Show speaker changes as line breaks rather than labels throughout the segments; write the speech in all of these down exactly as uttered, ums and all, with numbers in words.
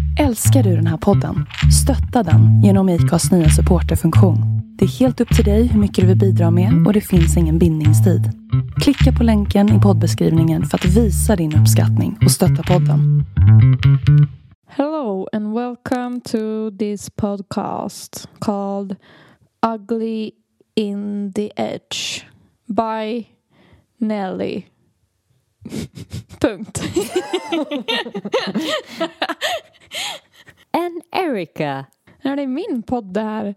Älskar du den här podden? Stötta den genom I C A:s nya supporterfunktion. Det är helt upp till dig hur mycket du vill bidra med och det finns ingen bindningstid. Klicka på länken i poddbeskrivningen för att visa din uppskattning och stötta podden.
Hello and welcome to this podcast called Ugly in the Edge by Nelly. Punkt.
And Erica.
Ja, det är min podd det här.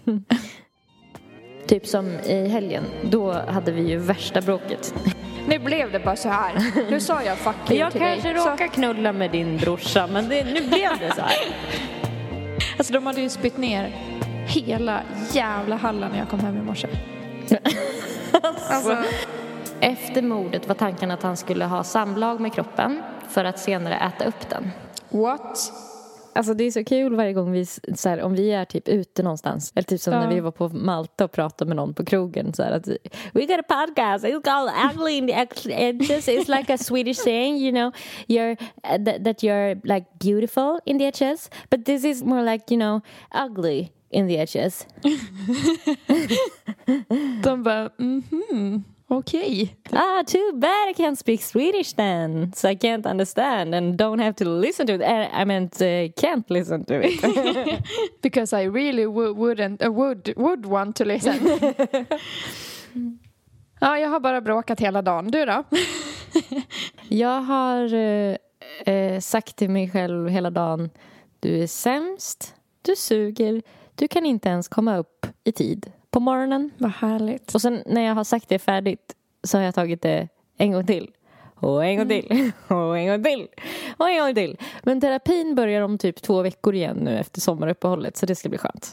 Typ som i helgen, då hade vi ju värsta bråket.
Nu blev det bara så här. Nu sa jag fuck you
Jag
till
kanske
dig.
råkar knulla med din brorsa, men det, nu blev det så här.
Alltså de hade ju spytt ner hela jävla hallen när jag kom hem i morse.
Alltså, efter mordet var tanken att han skulle ha samlag med kroppen för att senare äta upp den.
What?
Alltså det är så kul varje gång vi, så här, om vi är typ ute någonstans. Eller typ som
ja.
när vi var på Malta och pratade med någon på krogen. Så här, att, we got a podcast, it's called Ugly in the Edges. It's like a Swedish saying, you know, you're, uh, th- that you're like beautiful in the edges. But this is more like, you know, ugly in the edges.
De bara, mhm. Okej. Okay.
Ah, too bad I can't speak Swedish then. So I can't understand and don't have to listen to it. I meant uh, can't listen to it.
Because I really w- wouldn't, uh, would, would want to listen. Ja, jag har bara bråkat hela dagen. Du då?
Jag har uh, uh, sagt till mig själv hela dagen. Du är sämst. Du suger. Du kan inte ens komma upp i tid. På morgonen.
Vad härligt.
Och sen när jag har sagt det färdigt så har jag tagit det en gång till. Och en gång till. Mm. Och en gång till. Och en gång till. Men terapin börjar om typ två veckor igen nu efter sommaruppehållet. Så det ska bli skönt.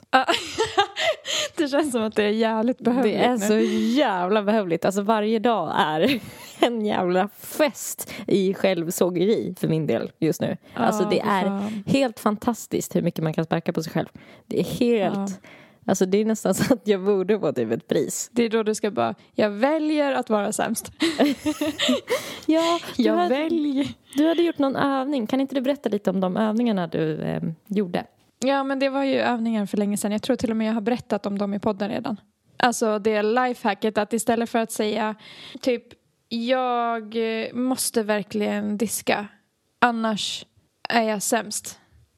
Det känns som att det är jävligt behövligt.
Det är
nu.
så jävla behövligt. Alltså varje dag är en jävla fest i självsågeri för min del just nu.
Ja,
alltså det är
fan.
helt fantastiskt hur mycket man kan sparka på sig själv. Det är helt...
Ja.
Alltså det är nästan så att jag borde få typ ett pris.
Det är då du ska bara, jag väljer att vara sämst.
Ja,
jag
hade,
väljer.
Du hade gjort någon övning. Kan inte du berätta lite om de övningarna du eh, gjorde?
Ja, men det var ju övningar för länge sedan. Jag tror till och med jag har berättat om dem i podden redan. Alltså det lifehacket att istället för att säga typ, jag måste verkligen diska. Annars är jag sämst.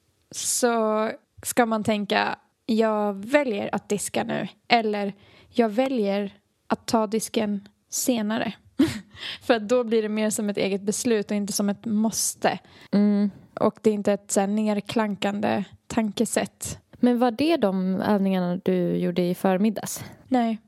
Så ska man tänka, jag väljer att diska nu. Eller jag väljer att ta disken senare. För att då blir det mer som ett eget beslut och inte som ett måste.
Mm.
Och det är inte ett så här nerklankande tankesätt.
Men var det de övningarna du gjorde i förmiddags?
Nej.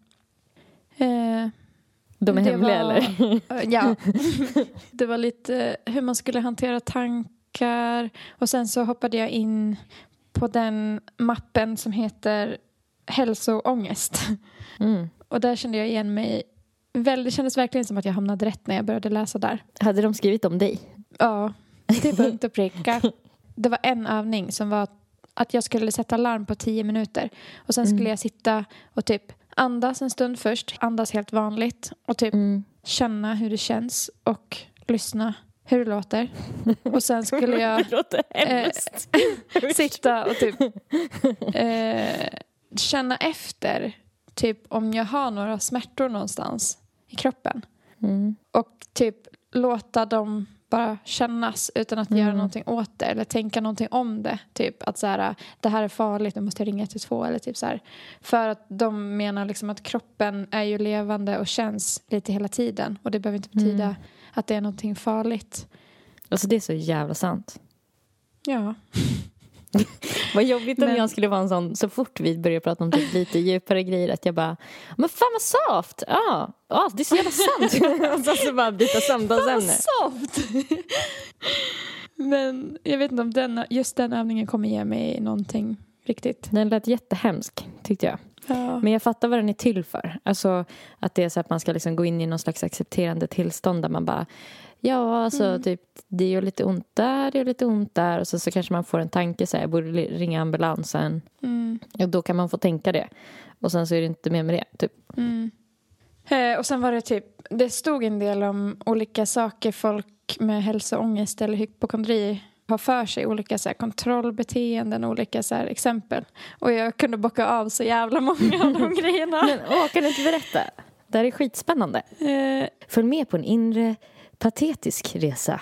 Eh,
de är hemliga
var,
eller?
Ja. Det var lite hur man skulle hantera tankar. Och sen så hoppade jag in på den mappen som heter hälsoångest. Mm. Och där kände jag igen mig. Väl, det kändes verkligen som att jag hamnade rätt när jag började läsa där.
Hade de skrivit om dig?
Ja, till punkt och pricka. Det var en övning som var att jag skulle sätta larm på tio minuter. Och sen skulle mm. jag sitta och typ andas en stund först. Andas helt vanligt. Och typ mm. känna hur det känns. Och lyssna hur det låter. Och sen skulle jag eh, sitta och typ eh, känna efter. Typ om jag har några smärtor någonstans i kroppen. Mm. Och typ låta dem bara kännas utan att mm. göra någonting åt det. Eller tänka någonting om det. Typ att så här, det här är farligt, nu måste jag ringa ett ett två. Eller typ så här. För att de menar liksom att kroppen är ju levande och känns lite hela tiden. Och det behöver inte betyda mm. att det är någonting farligt.
Alltså det är så jävla sant.
Ja.
Vad jobbigt om
men...
jag skulle vara en sån, så fort vi börjar prata om typ lite djupare grejer, att jag bara, men fan vad soft. Ja, ah, ah, det är så jävla sant. Och så, så bara byta samtalsämne.
Soft. Men jag vet inte om den, just den övningen kommer ge mig någonting riktigt.
Den lät jättehemsk, tyckte jag. Ja. Men jag fattar vad den är till för. Alltså att det är så att man ska liksom gå in i någon slags accepterande tillstånd där man bara, ja, alltså mm. typ det gör lite ont där, det gör lite ont där. Och så, så kanske man får en tanke så här, jag borde ringa ambulansen. Mm. Och då kan man få tänka det. Och sen så är det inte mer med det, typ.
Mm. Eh, och sen var det typ, det stod en del om olika saker folk med hälsoångest eller hypokondri har för sig olika så här, kontrollbeteenden, olika så här, exempel. Och jag kunde bocka av så jävla många av de grejerna.
Men åh, kan du inte berätta? Det här är skitspännande.
Eh,
Följ med på en inre patetisk resa.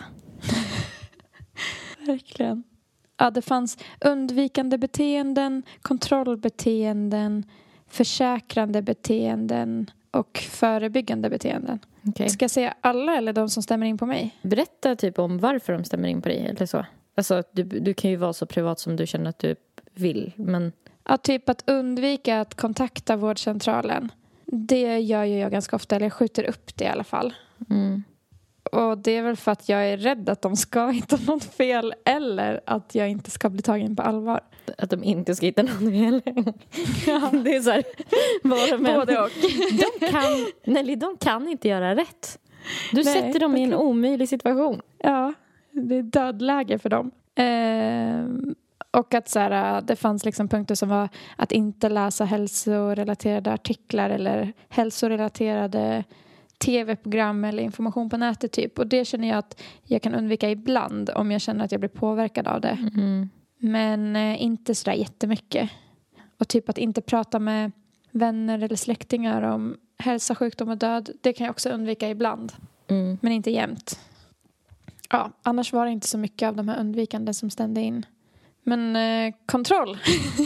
Verkligen. Ja, det fanns undvikande beteenden, kontrollbeteenden, försäkrande beteenden och förebyggande beteenden.
Okay.
Ska jag säga alla eller de som stämmer in på mig?
Berätta typ om varför de stämmer in på dig eller så. Alltså, du, du kan ju vara så privat som du känner att du vill, men...
Ja, typ att undvika att kontakta vårdcentralen. Det gör ju jag ganska ofta, eller jag skjuter upp det i alla fall.
Mm. Och
det är väl för att jag är rädd att de ska hitta något fel eller att jag inte ska bli tagen på allvar.
Att de inte ska hitta något fel. Ja. Det är så här,
både och.
De kan, Nelly, de kan inte göra rätt. Du
Nej,
sätter dem i en
kan...
omöjlig situation.
Ja, det är dödläge för dem. Eh, och att så här, det fanns liksom punkter som var att inte läsa hälsorelaterade artiklar eller hälsorelaterade tv-program eller information på nätet typ. Och det känner jag att jag kan undvika ibland om jag känner att jag blir påverkad av det.
Mm.
Men eh, inte sådär jättemycket. Och typ att inte prata med vänner eller släktingar om hälsa, sjukdom och död. Det kan jag också undvika ibland.
Mm.
Men inte jämt. Ja, annars var det inte så mycket av de här undvikande som stände in. Men eh, kontroll.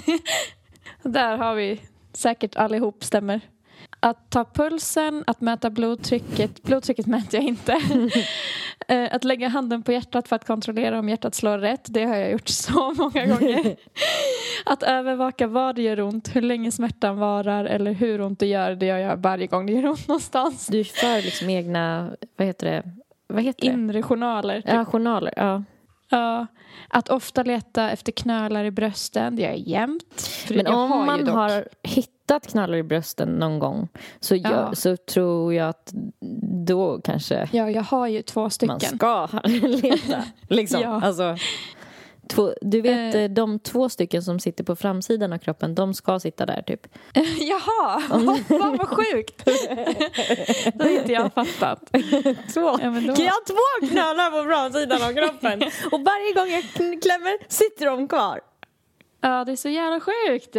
Där har vi säkert allihop stämmer. Att ta pulsen, att mäta blodtrycket. Blodtrycket mäter jag inte. Att lägga handen på hjärtat för att kontrollera om hjärtat slår rätt. Det har jag gjort så många gånger. Att övervaka vad det gör ont, hur länge smärtan varar eller hur ont det gör. Det gör jag varje gång det gör ont någonstans.
Du för liksom egna, vad heter det? Vad heter det?
Inre journaler. Typ.
Ja, journaler, ja.
Ja, att ofta leta efter knölar i brösten, det gör jag jämt. För
Men
jag
om
har
man
dock...
har hittat knölar i brösten någon gång så,
Ja.
jag, så tror jag att då kanske
Ja, jag har ju två stycken.
man ska leta. Liksom.
Ja.
Alltså, två, du vet,
Eh.
de två stycken som sitter på framsidan av kroppen, de ska sitta där typ.
Jaha, vad vad sjukt. Det har inte jag fattat.
Två.
Ja, men då...
Jag har två knölar på framsidan av kroppen och varje gång jag klämmer sitter de kvar.
Ja, det är så jävla sjukt.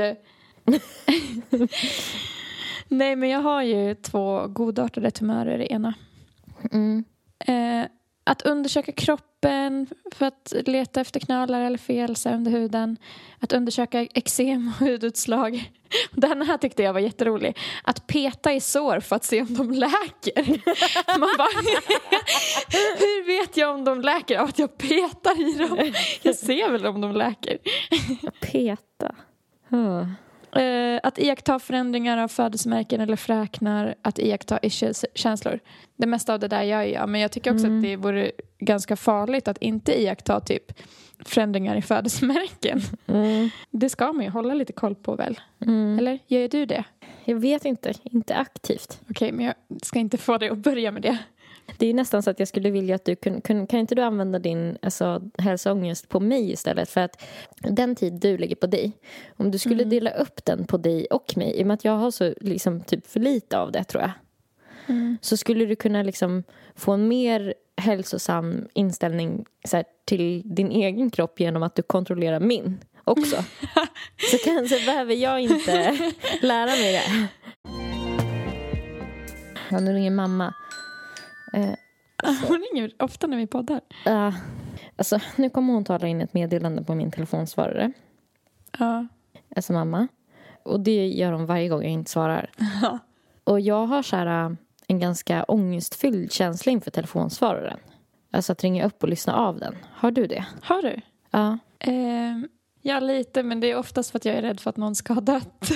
Nej, men jag har ju två godartade tumörer i ena.
Mm.
Eh, att undersöka kroppen för att leta efter knölar eller fel under huden. Att undersöka eksem och hudutslag. Den här tyckte jag var jätterolig. Att peta i sår för att se om de läker. Man bara, hur vet jag om de läker? Av att jag petar i dem. Jag ser väl om de läker.
Peta. Oh.
Uh, att iaktta förändringar av födelsemärken eller fräknar. Att iaktta känslor. Det mesta av det där gör jag. Men jag tycker också mm. att det vore ganska farligt att inte iaktta typ förändringar i födelsemärken. Mm. Det ska man ju hålla lite koll på väl? Mm. Eller gör du det?
Jag vet inte. Inte aktivt.
Okej, okay, men jag ska inte få dig att börja med det.
Det är nästan så att jag skulle vilja att du kun, kun, kan inte du använda din alltså, hälsoångest på mig istället, för att den tid du lägger på dig, om du skulle mm. dela upp den på dig och mig, i och med att jag har så liksom typ för lite av det tror jag, mm. så skulle du kunna liksom få en mer hälsosam inställning så här, till din egen kropp genom att du kontrollerar min också. Så kanske behöver jag inte lära mig det. Ja, nu ringer mamma.
Eh, hon ringer ofta när vi poddar.
Uh, alltså, nu kommer hon tala in ett meddelande på min telefonsvarare.
Ja. Uh.
Alltså mamma. Och det gör hon varje gång jag inte svarar.
Uh.
Och jag har så här, en ganska ångestfylld känsla inför telefonsvararen. Alltså att ringa upp och lyssna av den. Har du det?
Har du?
Ja.
Uh. Ja, lite, men det är oftast för att jag är rädd för att någon ska ha dött.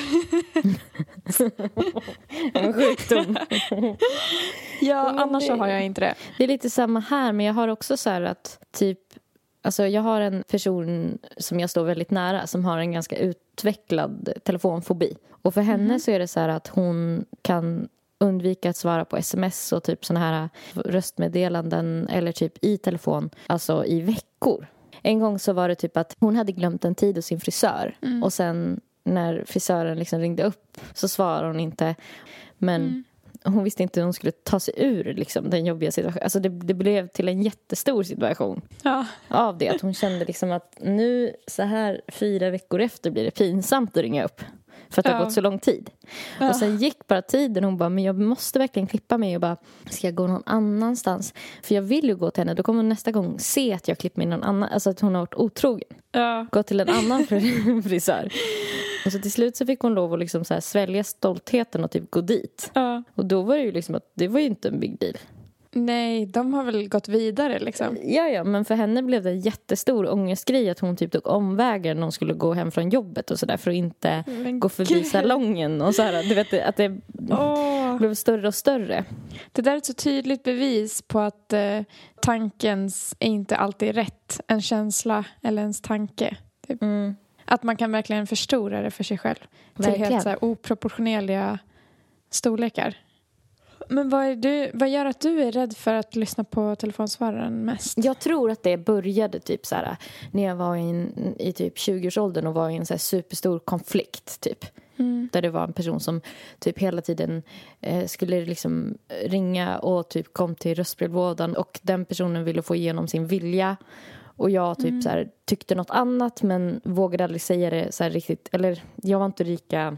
En sjukdom.
Ja, men annars det, så har jag inte det.
Det är lite samma här, men jag har också så här att typ, alltså jag har en person som jag står väldigt nära som har en ganska utvecklad telefonfobi. Och för henne mm. så är det så här att hon kan undvika att svara på sms och typ såna här röstmeddelanden eller typ i telefon, alltså i veckor. En gång så var det typ att hon hade glömt en tid hos sin frisör. Mm. Och sen när frisören liksom ringde upp så svarade hon inte. Men, mm. hon visste inte hur hon skulle ta sig ur liksom, den jobbiga situationen. Alltså det, det blev till en jättestor situation
ja.
av det. Att hon kände liksom att nu så här fyra veckor efter blir det pinsamt att ringa upp. För att det har
ja.
gått så lång tid. Ja. Och sen gick bara tiden. Hon bara, men jag måste verkligen klippa mig. Och bara, ska jag gå någon annanstans? För jag vill ju gå till henne. Då kommer hon nästa gång se att jag klipper mig någon annan. Alltså att hon har varit otrogen.
Ja.
Gå till en annan frisör. Och så till slut så fick hon lov att liksom så här svälja stoltheten och typ gå dit.
Ja.
Och då var det ju liksom att det var ju inte en big deal.
Nej, de har väl gått vidare liksom.
Ja, ja, men för henne blev det en jättestor ångestgrej att hon typ tog omvägar när hon skulle gå hem från jobbet och sådär för att inte men gå förbi God. salongen och så här. Du vet att det oh. blev större och större.
Det där är ett så tydligt bevis på att eh, tankens är inte alltid rätt. En känsla eller ens tanke. Typ.
Mm.
Att man kan verkligen förstora det för sig själv. Verkligen. Till helt så här oproportionerliga storlekar. Men vad, är du, vad gör att du är rädd för att lyssna på telefonsvararen mest?
Jag tror att det började typ så här, när jag var i, i typ tjugoårsåldern och var i en så här superstor konflikt typ. Mm. Där det var en person som typ hela tiden eh, skulle liksom ringa och typ kom till röstbrevlådan och den personen ville få igenom sin vilja. Och jag typ mm. så här, tyckte något annat men vågade aldrig säga det så här riktigt. Eller jag var inte lika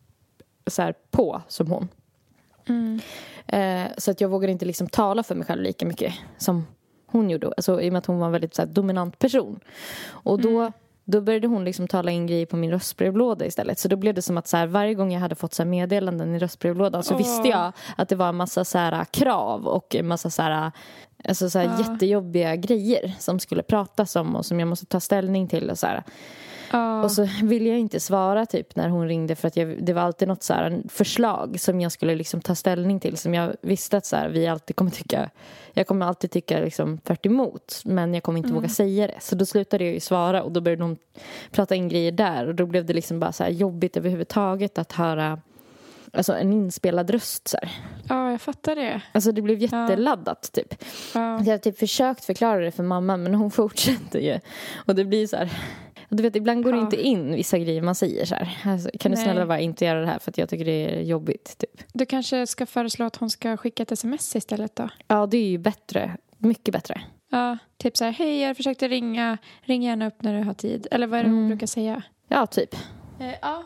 så här på som hon.
Mm.
Eh, så att jag vågade inte liksom tala för mig själv lika mycket som hon gjorde. Alltså, i och med att hon var en väldigt så här, dominant person. Och då, mm. då började hon liksom tala in grejer på min röstbrevlåda istället. Så då blev det som att så här, varje gång jag hade fått så här, meddelanden i röstbrevlådan så oh. visste jag att det var en massa så här, krav och en massa så här, alltså, så här, oh. jättejobbiga grejer som skulle pratas om och som jag måste ta ställning till och så här.
Oh.
Och så ville jag inte svara typ när hon ringde för att jag, det var alltid något så här, en förslag som jag skulle liksom ta ställning till som jag visste att så här, vi alltid kommer tycka, jag kommer alltid tycka liksom tvärt emot, men jag kommer inte mm. våga säga det. Så då slutade jag ju svara och då började de prata in grejer där och då blev det liksom bara så här jobbigt överhuvudtaget att höra alltså en inspelad röst så här.
Ja, jag fattar det.
Alltså det blev jätteladdat typ.
Ja.
Jag har typ försökt förklara det för mamma men hon fortsätter ju. Och det blir så här. Du vet, ibland går det ja. inte in vissa grejer man säger så här. Alltså, kan du Nej. snälla bara inte göra det här för att jag tycker det är jobbigt typ.
Du kanske ska föreslå att hon ska skicka ett sms istället då?
Ja, det är ju bättre. Mycket bättre.
Ja, typ så här, hej jag försökte ringa. Ring gärna upp när du har tid. Eller vad är det mm. hon brukar säga?
Ja, typ.
Eh, ja.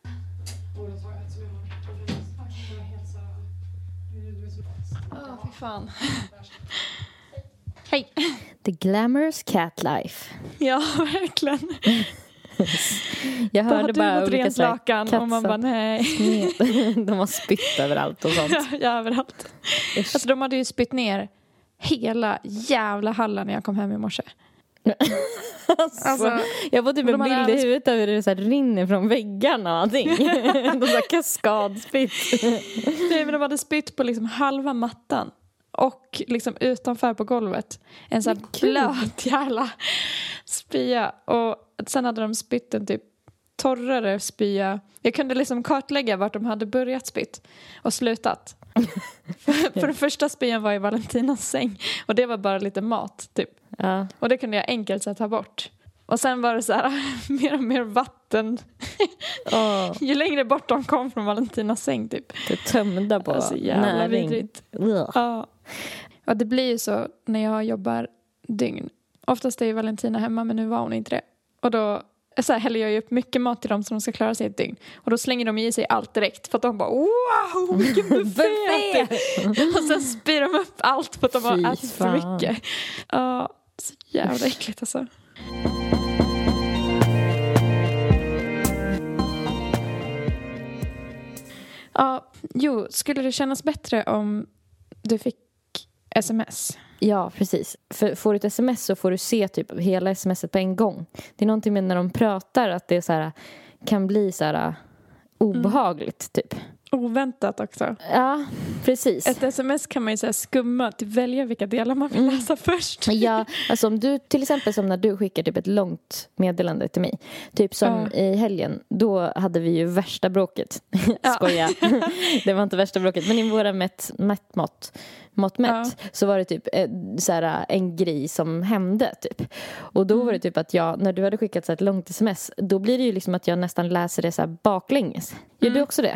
Åh, fy fan. Hej.
The glamorous cat life.
Ja, verkligen.
Jag hörde
har du
bara
fått rent lakan och man bara nej.
De har spytt överallt och sånt.
Ja, ja överallt. Alltså de hade ju spytt ner hela jävla hallen när jag kom hem i morse.
Alltså, alltså, jag får typ en bild hade... i huvudet över hur det så här rinner från väggarna och allting. De så kaskadspytt.
Nej, men de hade spytt på liksom halva mattan. Och liksom utanför på golvet. En sån här blöt jävla spya. Och sen hade de spytt en typ torrare spya. Jag kunde liksom kartlägga vart de hade börjat spytt. Och slutat. för, för den första spyan var i Valentinas säng. Och det var bara lite mat typ.
Ja.
Och det kunde jag enkelt så ta bort. Och sen var det så här mer och mer vatten. Oh. Ju längre bort de kom från Valentinas säng typ.
Det tömda på
alltså, jävla vidrigt. Ja. Och det blir ju så när jag jobbar dygn. Oftast är ju Valentina hemma men nu var hon inte det. Och då så här, häller jag ju upp mycket mat till dem som de ska klara sig ett dygn. Och då slänger de i sig allt direkt. För att de bara, wow, vilken buffé! Och sen spyr de upp allt för att de har ätit för mycket. Ja, så jävla äckligt alltså. Ja, jo, skulle det kännas bättre om du fick sms?
Ja, precis. För får du ett sms så får du se typ hela smset på en gång. Det är någonting med när de pratar att det så här, kan bli så här obehagligt mm. typ.
Oväntat också.
Ja, precis.
Ett sms kan man ju så här skumma, typ välja vilka delar man vill läsa mm. först.
Ja, alltså om du, till exempel som när du skickar typ ett långt meddelande till mig. Typ som ja. i helgen, då hade vi ju värsta bråket. Ja. Skoja. Det var inte värsta bråket, men i våra mätt, mätt mått, mått mätt ja. så var det typ eh, så här, en grej som hände typ. Och då mm. var det typ att jag, när du hade skickat så ett långt sms, då blir det ju liksom att jag nästan läser det så här baklänges. Gör mm. du också det?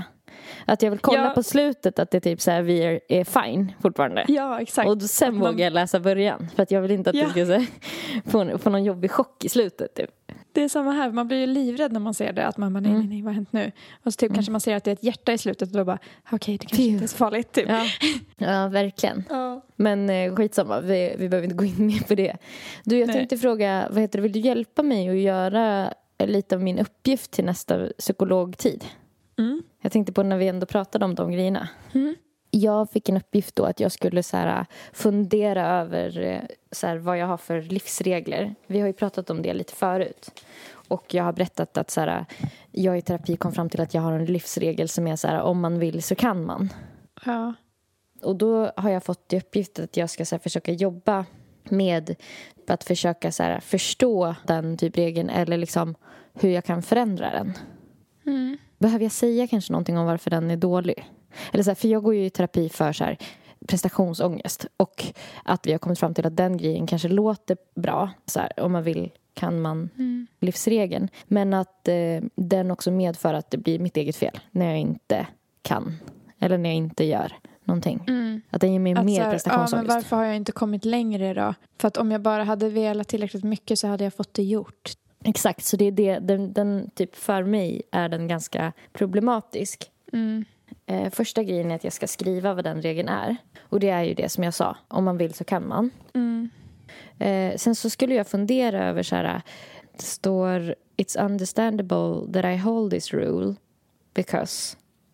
Att jag vill kolla
Ja.
på slutet att det typ så här, vi är, är fine fortfarande.
Ja, exakt.
Och då, sen
man...
vågar jag läsa början. För att jag vill inte att
Ja.
du ska så här, få, få någon jobbig chock i slutet. Typ.
Det är samma här. Man blir ju livrädd när man ser det. Att man bara, nej, nej, nej, vad har hänt nu? Och så typ mm. kanske man ser att det är ett hjärta i slutet. Och då bara, okej, okay, det kanske inte är så farligt. Typ.
Ja. ja, verkligen.
Ja.
Men eh, skitsamma, vi, vi behöver inte gå in mer på det. Du, jag
nej.
tänkte fråga, vad heter det, vill du hjälpa mig att göra lite av min uppgift till nästa psykologtid?
Mm.
Jag tänkte på när vi ändå pratade om de grejerna.
Mm.
Jag fick en uppgift då att jag skulle så här, fundera över så här, vad jag har för livsregler. Vi har ju pratat om det lite förut. Och jag har berättat att så här, jag i terapi kom fram till att jag har en livsregel som är så här, om man vill så kan man.
Ja.
Och då har jag fått i uppgift att jag ska så här, försöka jobba med att försöka så här, förstå den typ regeln eller liksom hur jag kan förändra den.
Mm.
Behöver jag säga kanske någonting om varför den är dålig? Eller så här, för jag går ju i terapi för så här, prestationsångest. Och att vi har kommit fram till att den grejen kanske låter bra. Så här, om man vill kan man
mm.
livsregeln. Men att eh, den också medför att det blir mitt eget fel. När jag inte kan. Eller när jag inte gör någonting.
Mm.
Att den ger mig
att
mer
här,
prestationsångest.
Ja, men varför har jag inte kommit längre då? För att om jag bara hade velat tillräckligt mycket så hade jag fått det gjort.
Exakt, så det är det. Den, den typ för mig är den ganska problematisk.
Mm.
Eh, första grejen är att jag ska skriva vad den regeln är. Och det är ju det som jag sa. Om man vill så kan man.
Mm.
Eh, sen så skulle jag fundera över så här. Det står it's understandable that I hold this rule because.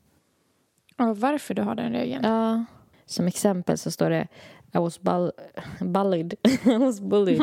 Och varför du har den regeln?
Ja, som exempel så står det I was bull- bullied. I was bullied.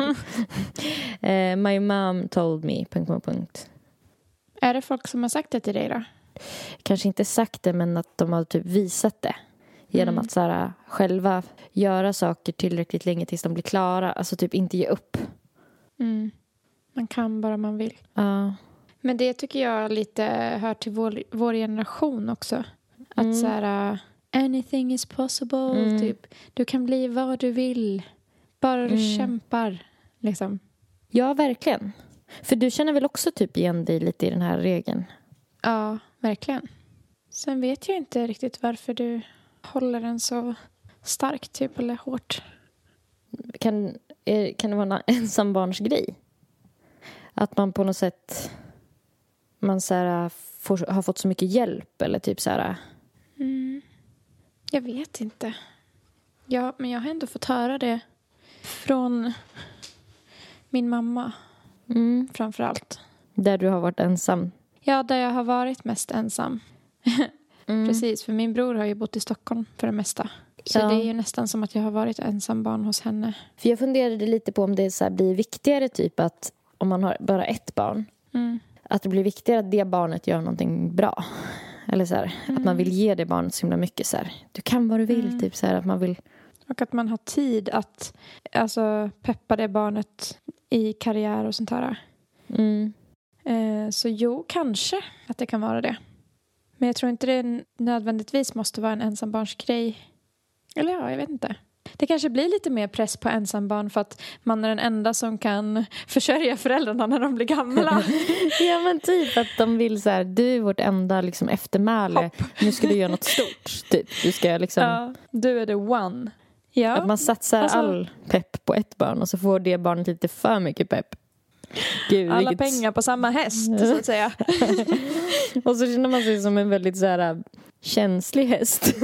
uh, my mom told me. Punkt, punkt, punkt.
Är det folk som har sagt det till dig då?
Kanske inte sagt det, men att de har typ visat det. Genom
Mm.
att så här, själva göra saker tillräckligt länge tills de blir klara. Alltså typ inte ge upp.
Mm. Man kan bara man vill.
Ja.
Men det tycker jag lite hör till vår, vår generation också. Att
Mm.
så här, uh, anything is possible.
Mm.
Typ. Du kan bli vad du vill. Bara du
Mm.
kämpar. Liksom.
Ja, verkligen. För du känner väl också typ igen dig lite i den här regeln?
Ja, verkligen. Sen vet jag inte riktigt varför du håller den så starkt typ, eller hårt.
Kan, är, kan det vara en ensambarnsgrej? Att man på något sätt man så här, får, har fått så mycket hjälp eller typ så här.
Mm. Jag vet inte. Ja, men jag har ändå fått höra det från min mamma
Mm.
framförallt.
Där du har varit ensam.
Ja, där jag har varit mest ensam.
Mm.
Precis, för min bror har ju bott i Stockholm för det mesta. Så
Ja.
det är ju nästan som att jag har varit ensam barn hos henne.
För jag funderade lite på om det så här blir viktigare typ att om man har bara ett barn.
Mm.
Att det blir viktigare att det barnet gör någonting bra. Eller så här,
Mm.
att man vill ge det barnet så himla mycket så här. Du kan vad du vill,
Mm.
typ så här att man vill.
Och att man har tid att alltså, peppa det barnet i karriär och sånt här.
Mm.
Eh, så jo, kanske att det kan vara det. Men jag tror inte det nödvändigtvis måste vara en ensambarnsgrej. Eller ja, jag vet inte. Det kanske blir lite mer press på ensambarn för att man är den enda som kan försörja föräldrarna när de blir gamla.
Ja, men typ att de vill så här, du är vårt enda liksom eftermäle.
Hopp.
Nu ska du göra något stort, typ. Du ska liksom.
Ja, du är the one. Ja.
Att man satsar
Alltså-
all pepp på ett barn och så får det barnet lite för mycket pepp. Gud,
Alla
vilket...
pengar på samma häst, så att säga.
Och så känner man sig som en väldigt så här känslig häst.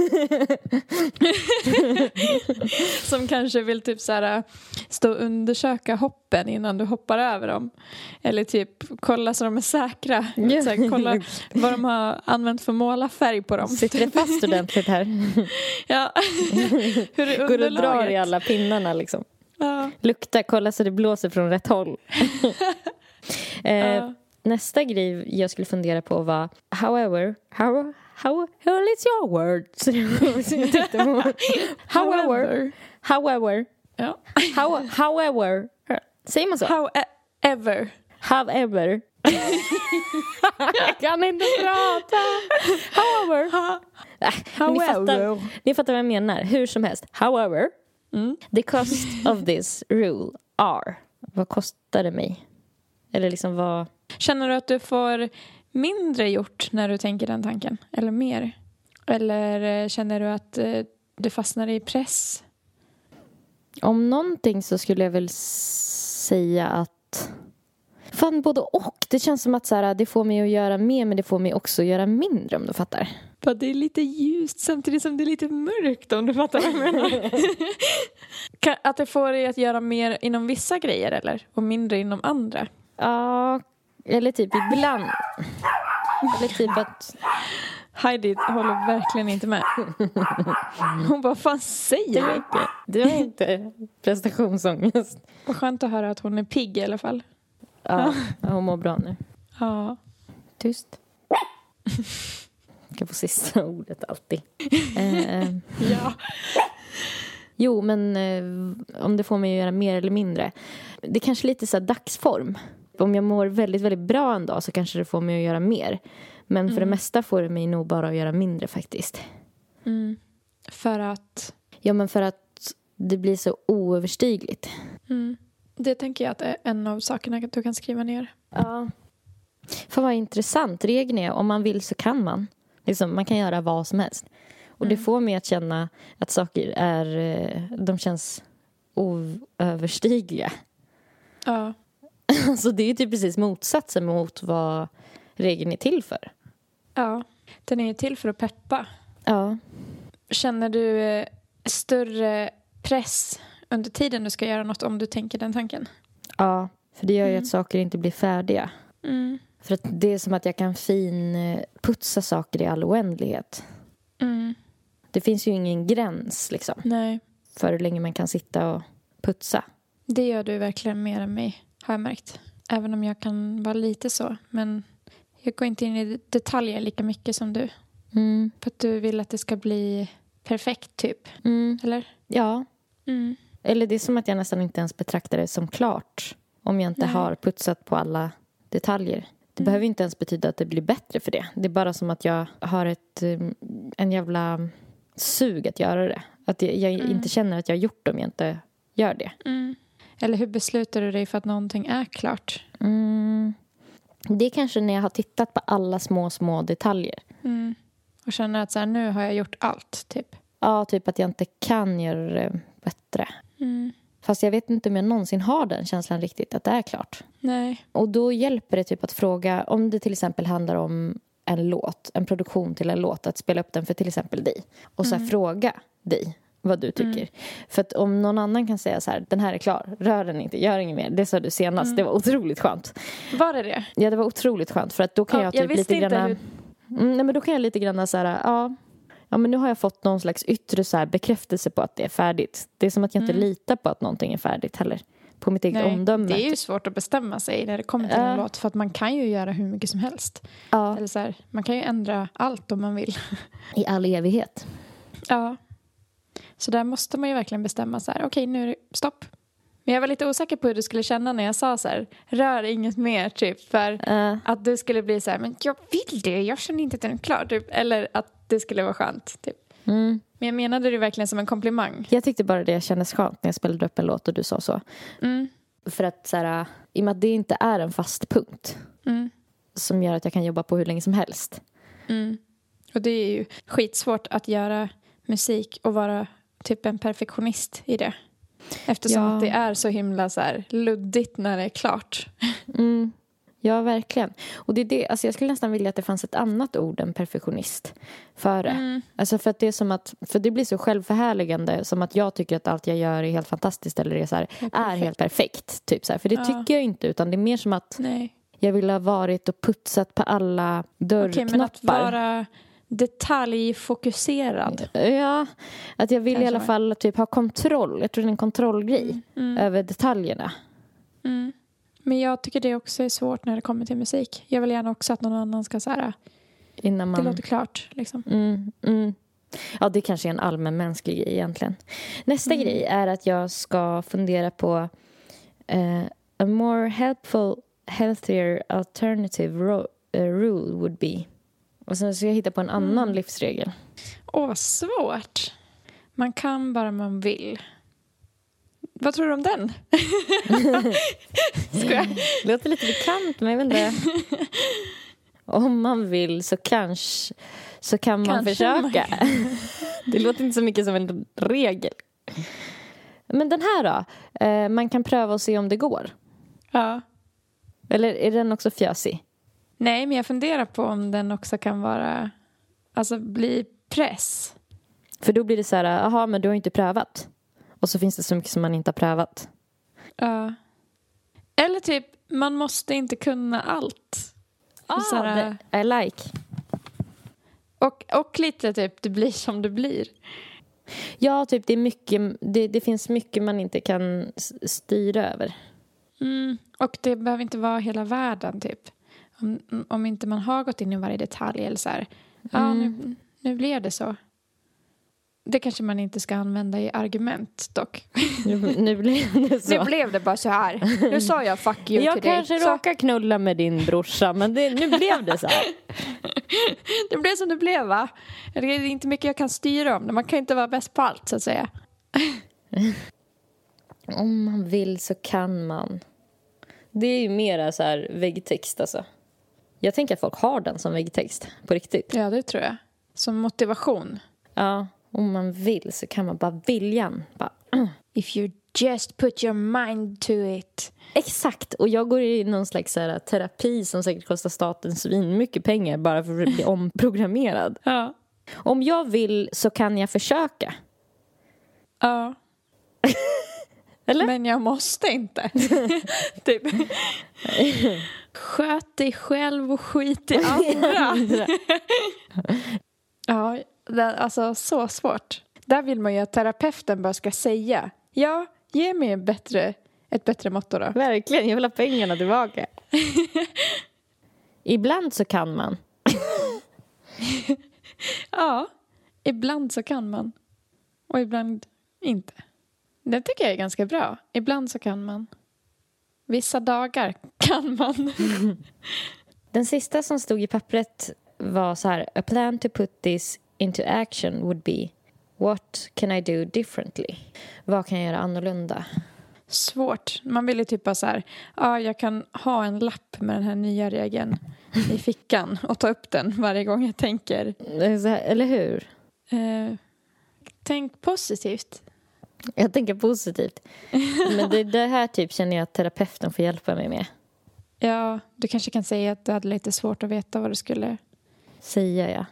Som kanske vill typ så här stå och undersöka hoppen innan du hoppar över dem. Eller typ kolla så de är säkra.
Ja.
Så här, kolla vad de har använt för målarfärg på dem.
Sitter det fast ordentligt här?
Ja. Hur är
Går och drar
underlaget?
i alla pinnarna liksom.
Ja.
Lukta, kolla så det blåser från rätt håll. eh,
Ja.
Nästa grej jag skulle fundera på var however, how, how, how is your word? Så jag tyckte på. However, however,
Ja.
how, however, säger man så?
However.
However. Jag kan inte prata. However.
Ha.
Äh, men ni, fattar, ni fattar vad jag menar. Hur som helst. However,
Mm.
the cost of this rule are. Vad kostar det mig? Eller liksom vad...
Känner du att du får mindre gjort när du tänker den tanken? Eller mer? Eller känner du att eh, du fastnar i press?
Om någonting så skulle jag väl säga att... Fan, både och. Det känns som att så här, det får mig att göra mer, men det får mig också att göra mindre, om du fattar.
För det är lite ljust samtidigt som det är lite mörkt, om du fattar vad jag menar. Att det får dig att göra mer inom vissa grejer, eller? Och mindre inom andra?
Ja, eller typ ibland. Eller typ att...
Heidi håller verkligen inte med. Hon bara, fan säger du?
Du har inte prestationsångest.
Vad skönt att höra att hon är pigg i alla fall.
Ja, hon mår bra nu.
Ja.
Tyst. Jag kan få sista ordet alltid. Eh,
ja.
Jo, men eh, om det får mig att göra mer eller mindre. Det är kanske lite så här dagsform. Om jag mår väldigt, väldigt bra en dag så kanske det får mig att göra mer. Men för mm. det mesta får det mig nog bara att göra mindre faktiskt.
Mm. För att?
Ja, men för att det blir så oöverstigligt.
Mm. Det tänker jag att är en av sakerna du kan skriva ner.
Ja. För vad intressant. Regeln är, om man vill så kan man. Liksom, man kan göra vad som helst. Och mm. det får mig att känna att saker är, de känns oöverstigliga.
Ja.
Alltså det är ju typ precis motsatsen mot vad regeln är till för.
Ja, den är ju till för att peppa.
Ja.
Känner du större press under tiden du ska göra något om du tänker den tanken?
Ja, för det gör ju
mm.
att saker inte blir färdiga.
Mm.
För att det är som att jag kan fin putsa saker i all oändlighet.
Mm.
Det finns ju ingen gräns liksom.
Nej.
För hur länge man kan sitta och putsa.
Det gör du verkligen mer än mig, har jag märkt. Även om jag kan vara lite så. Men jag går inte in i detaljer lika mycket som du.
Mm.
För att du vill att det ska bli perfekt typ.
Mm.
Eller?
Ja.
Mm.
Eller det är som att jag nästan inte ens betraktar det som klart. Om jag inte Nej. har putsat på alla detaljer. Det mm. behöver inte ens betyda att det blir bättre för det. Det är bara som att jag har ett, en jävla sug att göra det. Att jag, jag mm. inte känner att jag har gjort det om jag inte gör det.
Mm. Eller hur beslutar du dig för att någonting är klart?
Mm. Det är kanske när jag har tittat på alla små, små detaljer.
Mm. Och känner att så här, nu har jag gjort allt, typ.
Ja, typ att jag inte kan göra det bättre.
Mm.
Fast jag vet inte om jag någonsin har den känslan riktigt, att det är klart.
Nej.
Och då hjälper det typ att fråga, om det till exempel handlar om en låt, en produktion till en låt, att spela upp den för till exempel dig. Och så här, mm. fråga dig vad du tycker. Mm. För att om någon annan kan säga så här, den här är klar, rör den inte, gör inget mer. Det sa du senast, mm. det var otroligt skönt.
Var det det?
Ja, det var otroligt skönt. För att då kan ja, jag typ
jag
lite grann...
Hur...
Mm, nej, men då kan jag lite grann så här, ja... Ja, men nu har jag fått någon slags yttre så här bekräftelse på att det är färdigt. Det är som att jag inte mm. litar på att någonting är färdigt heller. På mitt eget
Nej,
omdöme.
Det är ju svårt att bestämma sig när det kommer till uh. en låt. För att man kan ju göra hur mycket som helst.
Uh.
Eller så här, man kan ju ändra allt om man vill.
I all evighet.
Ja. Så där måste man ju verkligen bestämma så här. Okej, okay, nu är det stopp. Men jag var lite osäker på hur du skulle känna när jag sa så här. Rör inget mer, typ. För uh. att du skulle bli så här. Men jag vill det, jag känner inte att den är klar. Typ. Eller att det skulle vara skönt, typ.
Mm.
Men jag menade det verkligen som en komplimang.
Jag tyckte bara det kändes skönt när jag spelade upp en låt och du sa så.
Mm.
För att så här, i och med att det inte är en fast punkt.
Mm.
Som gör att jag kan jobba på hur länge som helst.
Mm. Och det är ju skitsvårt att göra musik och vara typ en perfektionist i det. Eftersom
ja.
att det är så himla så här luddigt när det är klart.
Mm. Ja, verkligen. Och det är det, alltså jag skulle nästan vilja att det fanns ett annat ord än perfektionist för det. Mm. Alltså för att det är som att, för det blir så självförhärligande som att jag tycker att allt jag gör är helt fantastiskt eller är, så här, är, är helt perfekt. Typ så här. För det ja. tycker jag inte, utan det är mer som att
Nej.
jag vill ha varit och putsat på alla dörrknoppar.
Okej, men att vara detaljfokuserad.
Ja, att jag vill
Kanske
i alla fall typ ha kontroll. Jag tror det är en kontrollgrej mm. Mm. över detaljerna.
Mm. Men jag tycker det också är svårt när det kommer till musik. Jag vill gärna också att någon annan ska säga
innan man...
det låter klart. Liksom.
Mm, mm. Ja, det kanske är en allmän mänsklig grej egentligen. Nästa mm. grej är att jag ska fundera på uh, a more helpful, healthier alternative ro- uh, rule would be. Och sen ska jag hitta på en annan mm. livsregel.
Åh, vad svårt. Man kan bara man vill. Vad tror du om den?
Ska jag? Låter lite bekant, men jag vet inte. Om man vill så kanske så kan man
Kanske
försöka.
man
Det låter inte så mycket som en regel. Men den här då? Eh, man kan pröva och se om det går.
Ja.
Eller är den också fjösig?
Nej, men jag funderar på om den också kan vara... Alltså bli press.
För då blir det så här, jaha, men du har inte prövat. Och så finns det så mycket som man inte har prövat.
Ja. Eller typ, man måste inte kunna allt.
Ah,
så här,
I like.
och, och lite typ, det blir som det blir.
Ja, typ det är mycket, det, det finns mycket man inte kan styra över.
Mm. Och det behöver inte vara hela världen typ. Om, om inte man har gått in i varje detalj eller så här. Ja,
Mm.
nu, nu blev det så. Det kanske man inte ska använda i argument dock.
Nu, nu blev det så.
Nu blev det bara så här. Nu sa jag fuck you
Jag
till dig.
kanske
Så-
råkar knulla med din brorsa, men det, nu blev det så här.
Det blev som det blev, va? Det är inte mycket jag kan styra om. Man kan inte vara bäst på allt, så att säga.
Om man vill så kan man. Det är ju mera så här väggtext alltså. Jag tänker att folk har den som väggtext på riktigt.
Ja, det tror jag. Som motivation.
Ja, om man vill så kan man bara viljan. Bara, uh.
If you just put your mind to it.
Exakt, och jag går i någon slags så här, terapi som säkert kostar staten svin mycket pengar bara för att bli omprogrammerad.
Ja.
Om jag vill så kan jag försöka.
Ja.
Eller?
Men jag måste inte. Typ. Sköt dig själv och skit i andra. Ja, det, alltså så svårt. Där vill man ju att terapeuten bara ska säga. Ja, ge mig en bättre, ett bättre motto då.
Verkligen, jag vill ha pengarna tillbaka. Ibland så kan man.
Ja, ibland så kan man. Och ibland inte. Det tycker jag är ganska bra. Ibland så kan man. Vissa dagar kan man.
Den sista som stod i pappret var så här: a plan to put this into action would be what can I do differently? Vad kan jag göra annorlunda?
Svårt. Man vill ju typ bara så här, ja, jag kan ha en lapp med den här nya regeln i fickan och ta upp den varje gång jag tänker.
Så här, eller hur?
Eh, tänk positivt.
Jag tänker positivt. Men det, det här typ känner jag att terapeuten får hjälpa mig med.
Ja, du kanske kan säga att du hade lite svårt att veta vad du skulle...
Säger jag.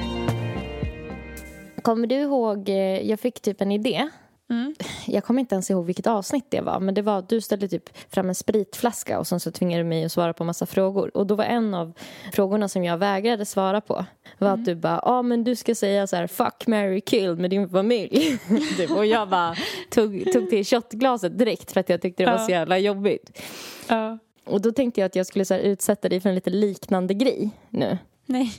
Kommer du ihåg, eh, jag fick typ en idé.
Mm.
Jag kommer inte ens ihåg vilket avsnitt det var. Men det var att du ställde typ fram en spritflaska. Och sen så tvingade du mig att svara på massa frågor. Och då var en av frågorna som jag vägrade svara på. Var mm. att du bara, ja ah, men du ska säga så här: fuck, marry, kill med din familj. typ. Och jag bara tog, tog till shotglaset direkt. För att jag tyckte det var
Ja.
så jävla jobbigt.
Ja.
Och då tänkte jag att jag skulle så här utsätta dig för en lite liknande grej nu.
Nej.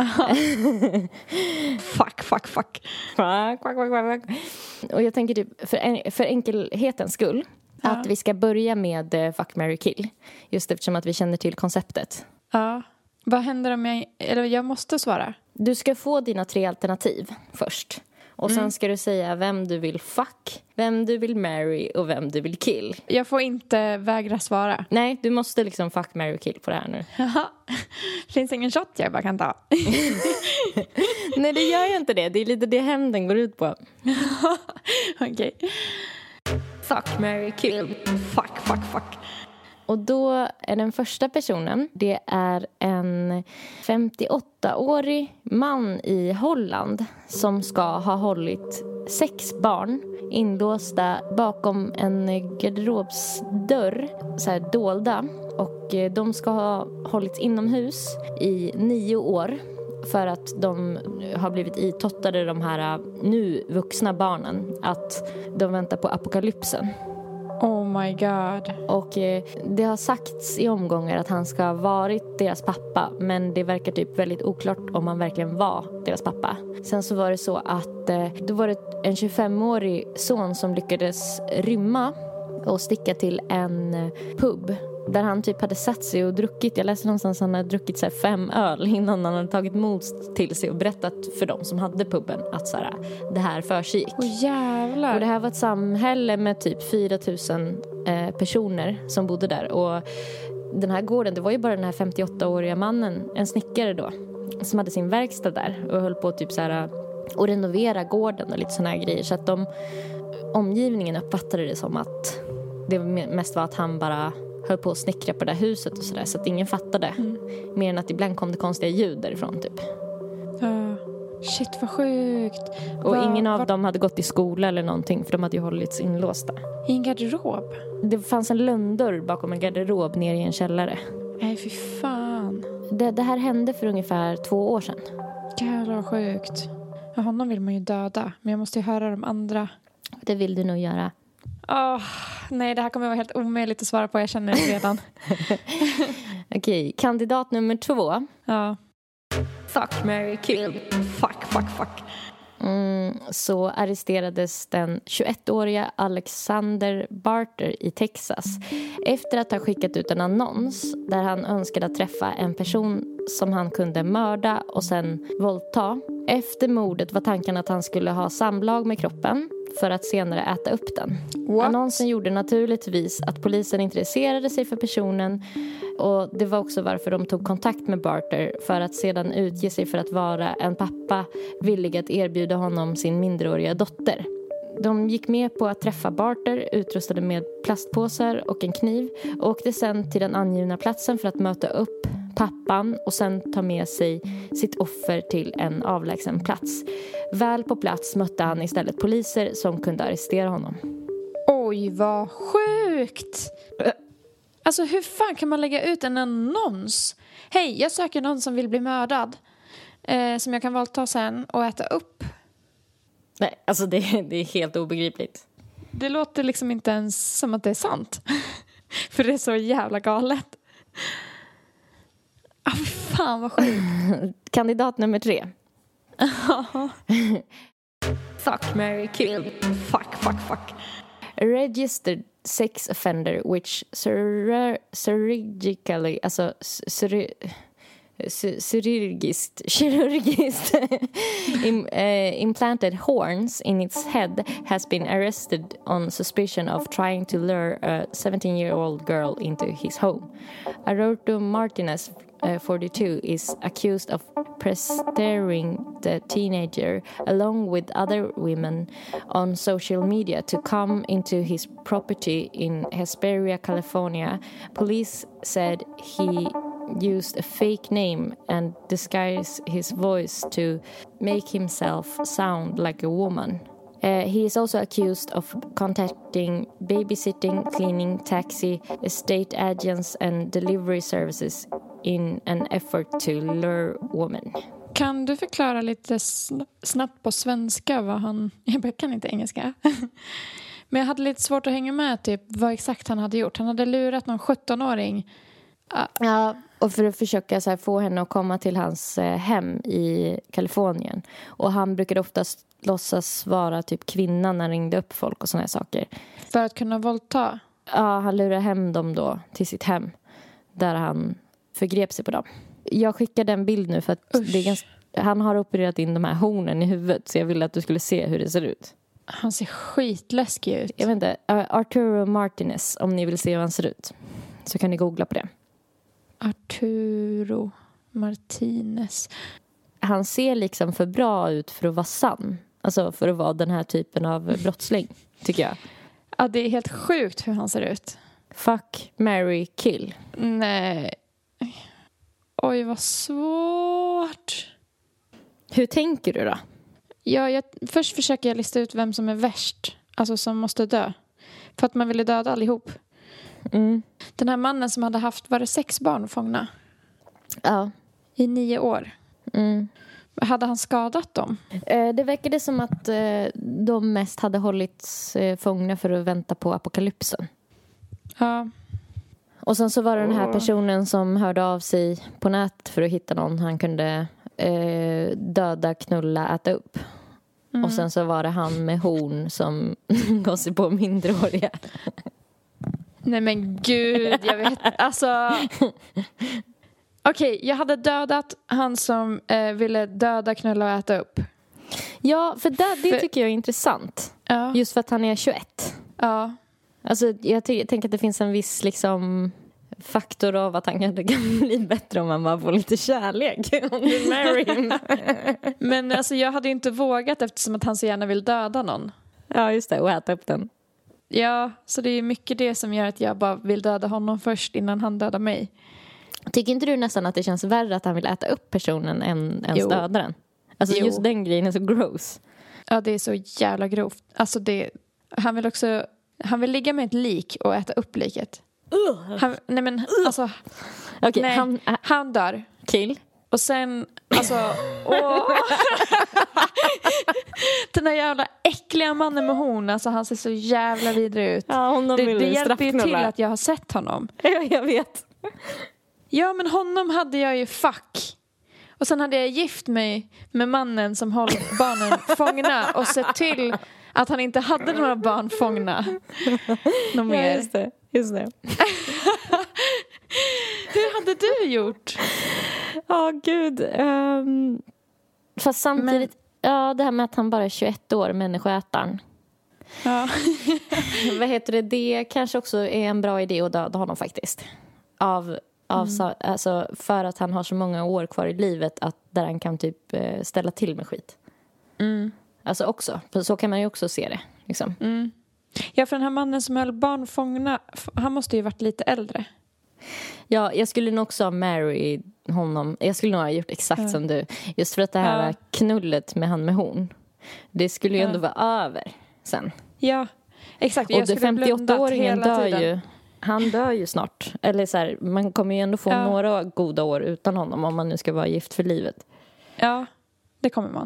fuck, fuck, fuck.
Quack, quack, quack, quack. Och jag tänker typ för, en, för enkelhetens skull
Ja.
att vi ska börja med uh, fuck, marry, kill. Just eftersom att vi känner till konceptet.
Ja. Vad händer om jag... Eller jag måste svara.
Du ska få dina tre alternativ först. Och sen
Mm.
ska du säga vem du vill fuck, vem du vill marry och vem du vill kill.
Jag får inte vägra svara.
Nej, du måste liksom fuck, marry, kill på det här nu.
Jaha. Finns ingen shot jag bara kan ta?
Nej, det gör ju inte det. Det är lite det hämnden går ut på.
Okej.
Fuck, marry, kill.
Fuck, fuck, fuck.
Och då är den första personen, det är en femtioåttaårig man i Holland som ska ha hållit sex barn inlåsta bakom en garderobsdörr, så här dolda. Och de ska ha hållits inomhus i nio år för att de har blivit itottade, de här nu vuxna barnen, att de väntar på apokalypsen.
Oh my god.
Och eh, det har sagts i omgångar att han ska ha varit deras pappa. Men det verkar typ väldigt oklart om han verkligen var deras pappa. Sen så var det så att eh, då var det en tjugofemårig son som lyckades rymma och sticka till en eh, pub. Där han typ hade satt sig och druckit. Jag läste någonstans att han hade druckit så här fem öl innan han hade tagit mod till sig och berättat för dem som hade puben att så här, det här försiggick.
Åh jävlar.
Och det här var ett samhälle med typ fyra tusen eh, personer som bodde där. Och den här gården, det var ju bara den här femtioåttaåriga mannen, en snickare då, som hade sin verkstad där och höll på typ så här och renovera gården och lite såna här grejer. Så att de, omgivningen uppfattade det som att det mest var att han bara höll på att snickra på det där huset och sådär. Så att ingen fattade. Mm. Mer än att ibland kom det konstiga ljud därifrån typ.
Uh, shit vad sjukt.
Och
Va,
ingen av
var...
dem hade gått i skola eller någonting. För de hade ju hållits inlåsta.
I en garderob?
Det fanns en lönndörr bakom en garderob ner i en källare.
Nej fy fan.
Det, det här hände för ungefär två år sedan.
Jävlar vad sjukt. Ja, honom vill man ju döda. Men jag måste ju höra de andra.
Det vill du nog göra.
Oh, nej, det här kommer vara helt omöjligt att svara på. Jag känner det redan.
Okej, okay, kandidat nummer två.
Ja.
Fuck, marry, kill. Fuck, fuck, fuck. Mm, så arresterades den tjugoettåriga Alexander Barter i Texas efter att ha skickat ut en annons där han önskade att träffa en person som han kunde mörda och sen våldta. Efter mordet var tanken att han skulle ha samlag med kroppen för att senare äta upp den. What? Annonsen gjorde naturligtvis att polisen intresserade sig för personen, och det var också varför de tog kontakt med Barter, för att sedan utge sig för att vara en pappa villig att erbjuda honom sin minderåriga dotter. De gick med på att träffa Barter, utrustade med plastpåsar och en kniv, och åkte sen till den angivna platsen för att möta upp pappan och sen ta med sig sitt offer till en avlägsen plats. Väl på plats mötte han istället poliser som kunde arrestera honom.
Oj, vad sjukt! Alltså hur fan kan man lägga ut en annons? Hej, jag söker någon som vill bli mördad. Eh, som jag kan våldta sen och äta upp.
Nej, alltså det, det är helt obegripligt.
Det låter liksom inte ens som att det är sant. För det är så jävla galet. Ah, fan vad sjukt.
Kandidat nummer tre. Fuck, marry, kill. Fuck, fuck, fuck. A registered sex offender which sur- surgically, alltså sur- Chirurgiskt, chirurgiskt Im, uh, implanted horns in its head has been arrested on suspicion of trying to lure a seventeen-year-old girl into his home. Aroto Martinez, uh, forty-two, is accused of pestering the teenager along with other women on social media to come into his property in Hesperia, California. Police said he used a fake name and disguised his voice to make himself sound like a woman. Uh, he is also accused of contacting babysitting, cleaning, taxi, estate agents and delivery services in an effort to lure women.
Kan du förklara lite snabbt på svenska vad han... Jag kan inte engelska. Men jag hade lite svårt att hänga med typ vad exakt han hade gjort. Han hade lurat någon sjutton-åring.
Ja, och för att försöka så här, få henne att komma till hans eh, hem i Kalifornien. Och han brukade oftast låtsas vara typ kvinnan när han ringde upp folk och såna här saker.
För att kunna våldta?
Ja, han lurade hem dem då till sitt hem. Där han förgrep sig på dem. Jag skickade en bild nu för att det är ganska, han har opererat in de här hornen i huvudet. Så jag ville att du skulle se hur det ser ut.
Han ser skitläskig ut.
Jag vet inte, Arturo Martinez, om ni vill se hur han ser ut. Så kan ni googla på det.
Arturo Martinez.
Han ser liksom för bra ut för att vara sann. Alltså för att vara den här typen av brottsling, tycker jag.
Ja, det är helt sjukt hur han ser ut.
Fuck, marry, kill.
Nej. Oj, vad svårt.
Hur tänker du då?
Ja, jag, först försöker jag lista ut vem som är värst. Alltså som måste dö. För att man ville döda allihop.
Mm.
Den här mannen som hade haft, var det sex barn fångna?
Ja.
I nio år.
Mm.
Hade han skadat dem?
Eh, det verkade som att eh, de mest hade hållits eh, fångna för att vänta på apokalypsen.
Ja.
Och sen så var det den här personen som hörde av sig på nät för att hitta någon han kunde eh, döda, knulla, äta upp. Mm. Och sen så var det han med horn som gav sig på mindreåriga.
Nej men gud, jag vet. Alltså... Okej, okay, jag hade dödat han som eh, ville döda, knulla och äta upp.
Ja, för det, det för... tycker jag är intressant.
Ja.
Just för att han är tjugoett.
Ja.
Alltså, jag, ty- jag tänker att det finns en viss liksom faktor av att han kanske kan bli bättre om man bara får lite kärlek. Om du marry him.
Men alltså, jag hade ju inte vågat eftersom att han så gärna vill döda någon.
Ja, just det. Och äta upp den.
Ja, så det är mycket det som gör att jag bara vill döda honom först innan han dödar mig.
Tycker inte du nästan att det känns värre att han vill äta upp personen än, än döda den? Alltså jo. Just den grejen är så gross.
Ja, det är så jävla grovt. Alltså det, han vill också, han vill ligga med ett lik och äta upp liket.
Uh.
Han, nej men, uh. alltså.
Okay,
nej,
han, uh.
han dör.
Kill.
Och sen, alltså, åh. Den där jävla äckliga mannen med horn, alltså han ser så jävla vidrig ut.
Ja, honom
det
vill
det hjälper ju till att jag har sett honom.
Ja, jag vet.
Ja, men honom hade jag ju fuck. Och sen hade jag gift mig med mannen som håller barnen fångna och sett till att han inte hade några barn fångna. Någon mer.
Ja, just det. Just det.
Hur hade du gjort?
Ja, oh, gud. Um, fast samtidigt, men... ja, det här med att han bara är tjugoett år, människoätaren.
Ja.
Vad heter det? Det kanske också är en bra idé att döda honom faktiskt. Av, av mm. alltså, för att han har så många år kvar i livet att där han kan typ ställa till med skit.
Mm.
Alltså också, för så kan man ju också se det. Liksom.
Mm. Ja, för den här mannen som höll barn fångna, han måste ju varit lite äldre.
Ja, jag skulle nog också ha marry honom. Jag skulle nog ha gjort exakt ja. som du. Just för att det här ja. knullet med han med horn. Det skulle ju ja. ändå vara över sen.
Ja, exakt.
Och det femtioåtta-åringen dör ju. Han dör ju snart. Eller så här, man kommer ju ändå få ja. några goda år utan honom om man nu ska vara gift för livet.
Ja, det kommer man.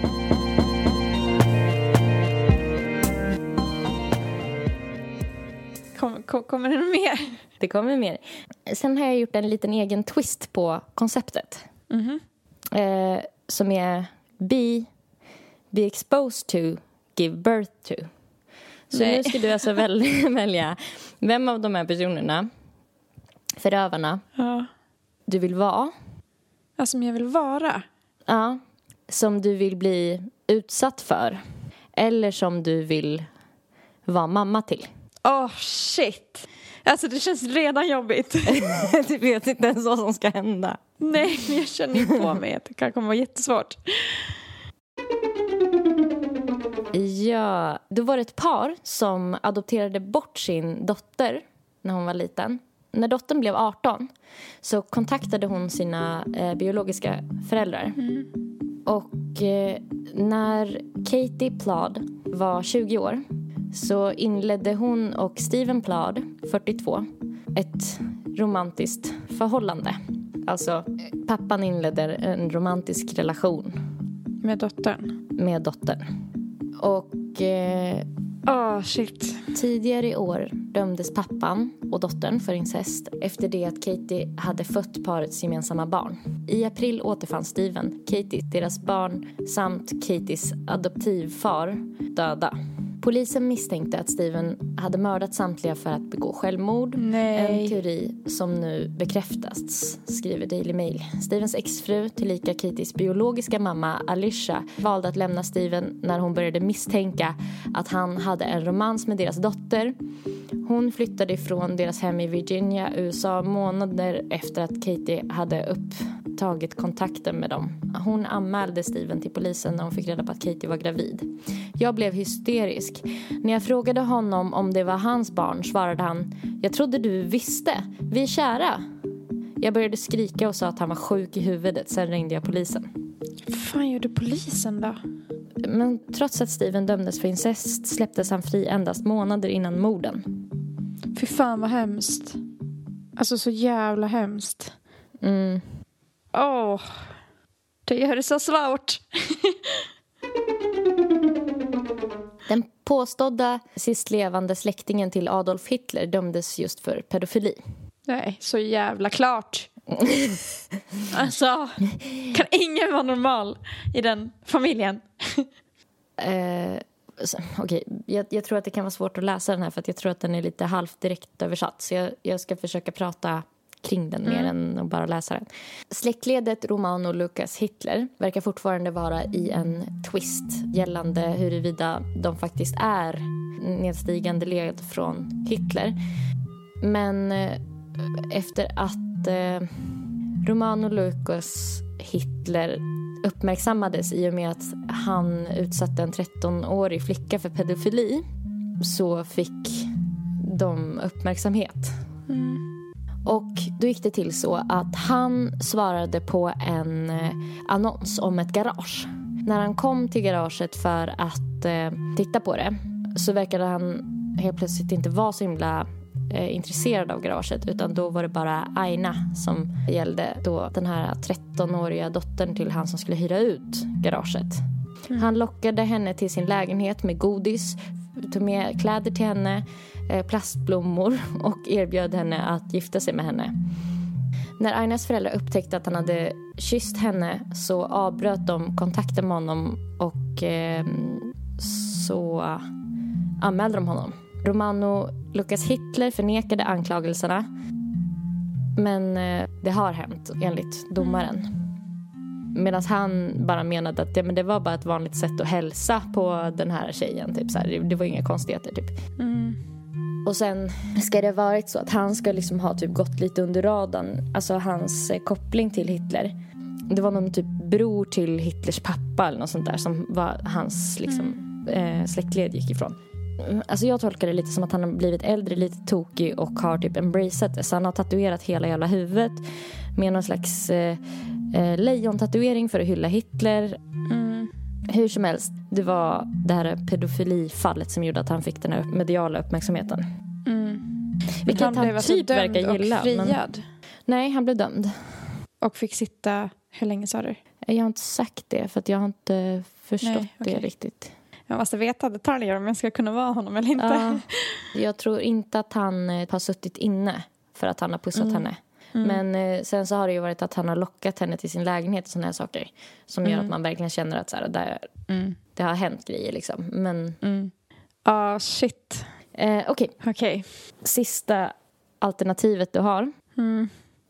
Kom, kom, kommer det mer?
Det kommer mer. Sen har jag gjort en liten egen twist på konceptet.
Mm-hmm.
Eh, som är be, be exposed to, give birth to. Så Nej. nu ska du alltså välja, välja vem av de här personerna, förövarna,
ja.
du vill vara.
Ja, som jag vill vara?
Ja, som du vill bli utsatt för. Eller som du vill vara mamma till.
Åh, oh, shit. Alltså det känns redan jobbigt.
Du vet inte ens vad som ska hända.
Nej, men jag känner ju på mig att det kan komma vara jättesvårt.
Ja, det var ett par som adopterade bort sin dotter när hon var liten. När dottern blev arton så kontaktade hon sina eh, biologiska föräldrar.
Mm.
Och eh, när Katie Plod var tjugo år så inledde hon och Steven Plod, fyrtiotvå, ett romantiskt förhållande. Alltså, pappan inledde en romantisk relation.
Med dottern?
Med dottern. Och eh,
oh, shit.
tidigare i år dömdes pappan och dottern för incest efter det att Katie hade fött parets gemensamma barn. I april återfann Steven, Katie, deras barn samt Katies adoptivfar döda. Polisen misstänkte att Steven hade mördat samtliga för att begå självmord.
Nej.
En teori som nu bekräftas, skriver Daily Mail. Stevens exfru, tillika Katies biologiska mamma Alicia, valde att lämna Steven när hon började misstänka att han hade en romans med deras dotter. Hon flyttade ifrån deras hem i Virginia, U S A, månader efter att Katie hade upptagit kontakten med dem. Hon anmälde Steven till polisen när hon fick reda på att Katie var gravid. Jag blev hysterisk. När jag frågade honom om det var hans barn svarade han: jag trodde du visste. Vi är kära. Jag började skrika och sa att han var sjuk i huvudet. Sen ringde jag polisen.
Vad fan gjorde polisen då?
Men trots att Steven dömdes för incest släpptes han fri endast månader innan morden.
Fy fan vad hemskt. Alltså så jävla hemskt.
Mm.
Åh, oh, det gör det så svårt.
Den påstådda sist levande släktingen till Adolf Hitler dömdes just för pedofili.
Nej, så jävla klart. Alltså, kan ingen vara normal i den familjen?
eh, Okej, okay. jag, jag tror att det kan vara svårt att läsa den här för att jag tror att den är lite halvt direkt översatt. Så jag, jag ska försöka prata kring den mer mm. än att bara läsa den. Släktledet Romano Lucas Hitler verkar fortfarande vara i en twist gällande huruvida de faktiskt är nedstigande led från Hitler. Men efter att eh, Romano Lucas Hitler uppmärksammades i och med att han utsatte en trettonårig flicka för pedofili, så fick de uppmärksamhet.
Mm.
Och då gick det till så att han svarade på en eh, annons om ett garage. När han kom till garaget för att eh, titta på det, så verkade han helt plötsligt inte vara så himla eh, intresserad av garaget, utan då var det bara Aina som gällde, då den här trettonåriga dottern till han som skulle hyra ut garaget. Mm. Han lockade henne till sin lägenhet med godis, tog med kläder till henne, eh, plastblommor och erbjöd henne att gifta sig med henne. När Ainas föräldrar upptäckte att han hade kysst henne, så avbröt de kontakten med honom och eh, så anmälde de honom. Romano Lucas Hitler förnekade anklagelserna, men eh, det har hänt enligt domaren. Medan han bara menade att det, men det var bara ett vanligt sätt att hälsa på den här tjejen. Typ, så här. Det, det var inga konstigheter. Typ.
Mm.
Och sen ska det ha varit så att han ska liksom ha typ gått lite under radarn. Alltså hans eh, koppling till Hitler. Det var någon typ bror till Hitlers pappa eller något sånt där som var hans liksom, mm. eh, släktled gick ifrån. Alltså jag tolkar det lite som att han har blivit äldre, lite tokig och har typ embraceat det. Så han har tatuerat hela jävla huvudet med någon slags eh, eh, lejon-tatuering för att hylla Hitler.
Mm.
Hur som helst, det var det här pedofilifallet som gjorde att han fick den här mediala uppmärksamheten.
Mm.
Vilket han, han typ verkar gilla.
Och friad.
Men... Nej, han blev dömd.
Och fick sitta, hur länge sa du?
Jag har inte sagt det för att jag har inte förstått Nej, okay. det riktigt.
Jag måste veta detaljer om jag ska kunna vara honom eller inte.
Ja, jag tror inte att han har suttit inne för att han har pussat mm. henne. Mm. Men eh, sen så har det ju varit att han har lockat henne till sin lägenhet och såna här saker. Som mm. gör att man verkligen känner att så här, där, mm. det har hänt grejer liksom. Men...
Mm. Ah, shit.
Eh, Okej.
Okay. Okay.
Sista alternativet du har.
Mm.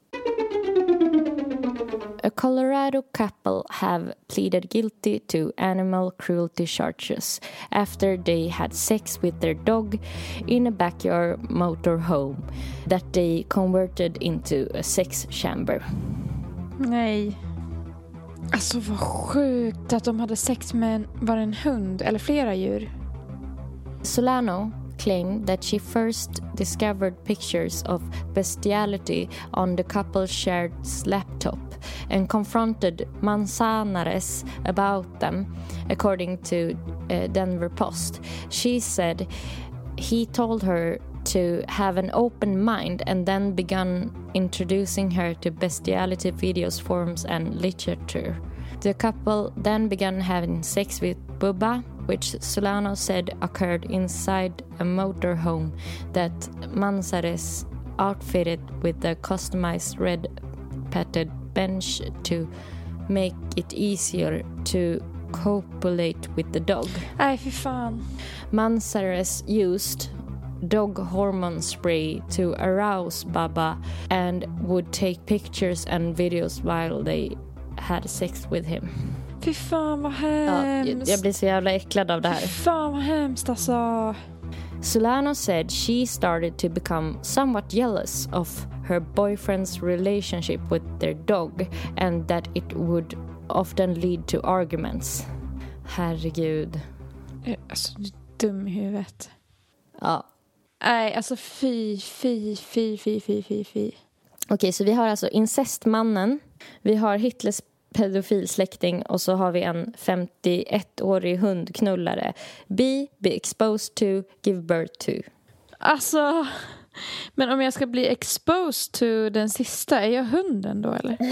A Colorado couple have pleaded guilty to animal cruelty charges after they had sex with their dog in a backyard motorhome that they converted into a sex chamber.
Nej. Alltså vad sjukt att de hade sex med en, var det en hund eller flera djur.
Solano claimed that she first discovered pictures of bestiality on the couple's shared laptop and confronted Manzanares about them, according to uh, Denver Post. She said he told her to have an open mind and then began introducing her to bestiality videos, forums and literature. The couple then began having sex with Bubba, which Solano said occurred inside a motorhome that Manzanares outfitted with a customized red padded bench to make it easier to copulate with the dog.
Nej, fy fan.
Manzanares used dog hormone spray to arouse Bubba and would take pictures and videos while they had sex with him.
Fy fan vad hemskt.
Ja, jag blir så jävla äcklad av det här.
Fy fan vad hemskt alltså.
Solano said she started to become somewhat jealous of her boyfriend's relationship with their dog and that it would often lead to arguments. Herregud.
Alltså, du är dum i huvudet.
Ja.
Nej, alltså fy, fy, fy, fy, fy, fy, fy.
Okej, så vi har alltså incestmannen. Vi har Hitlers pedofilsläkting och så har vi en femtioettårig hundknullare. Be, be exposed to, give birth to.
Alltså, men om jag ska bli exposed to den sista, är jag hunden då eller?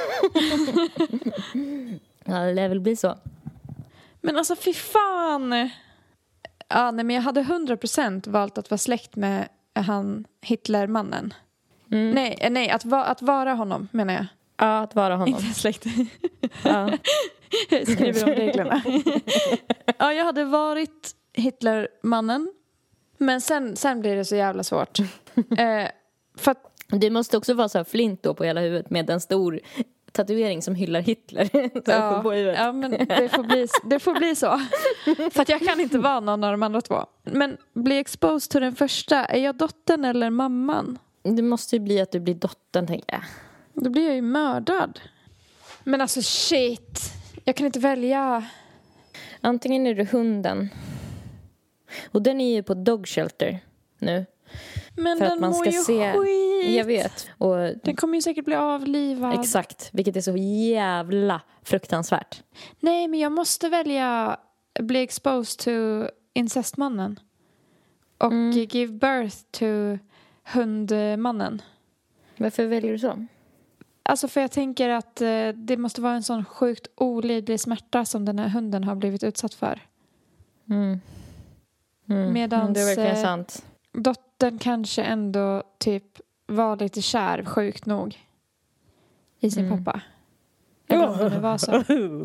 Ja, det lär väl bli så.
Men alltså fy fan. Ja, nej, men jag hade hundra procent valt att vara släkt med han Hitlermannen. Mm. Nej, nej att, va, att vara honom menar jag.
Ja, att vara honom.
Inte släkt.
Ja.
Jag skriver om reglerna. Ja, jag hade varit Hitlermannen. Men sen, sen blir det så jävla svårt. eh, för att...
Du måste också vara så här flint då på hela huvudet med en stor tatuering som hyllar Hitler.
Ja, ja, men det får, bli, det får bli så. För att jag kan inte vara någon av de andra två. Men bli exposed till den första. Är jag dottern eller mamman?
Det måste ju bli att du blir dottern, tänker jag.
Då blir jag ju mördad. Men alltså shit. Jag kan inte välja.
Antingen är du hunden. Och den är ju på dog shelter nu.
Men
för
den
att man ska
mår ju
se...
skit.
Jag vet. Och...
Den kommer ju säkert bli avlivad.
Exakt. Vilket är så jävla fruktansvärt.
Nej, men jag måste välja bli exposed to incestmannen. Och mm. give birth to hundmannen.
Varför väljer du så?
Alltså för jag tänker att eh, det måste vara en sån sjukt olidlig smärta som den här hunden har blivit utsatt för.
Mm. Mm.
Medans
det är verkligen
eh,
sant.
dottern kanske ändå typ var lite kär, sjukt nog, i sin mm. pappa. Eller om det var så.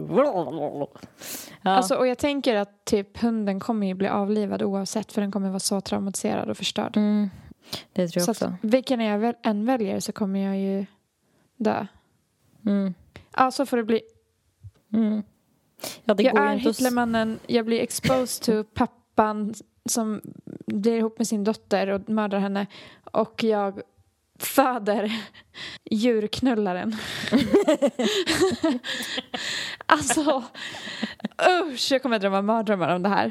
Ja. Alltså, och jag tänker att typ hunden kommer ju bli avlivad oavsett, för den kommer vara så traumatiserad och förstörd.
Mm. Det tror jag
så
också.
Att, vilken jag väl, än väljer så kommer jag ju dö.
Mm.
Ja, så får det bli.
Mm. Ja, det
jag
går
är
inte
Hitlermannen, jag blir exposed to pappan som blir ihop med sin dotter och mördar henne. Och jag föder djurknullaren. Alltså, usch, jag kommer att drömma mardrömmar om det här.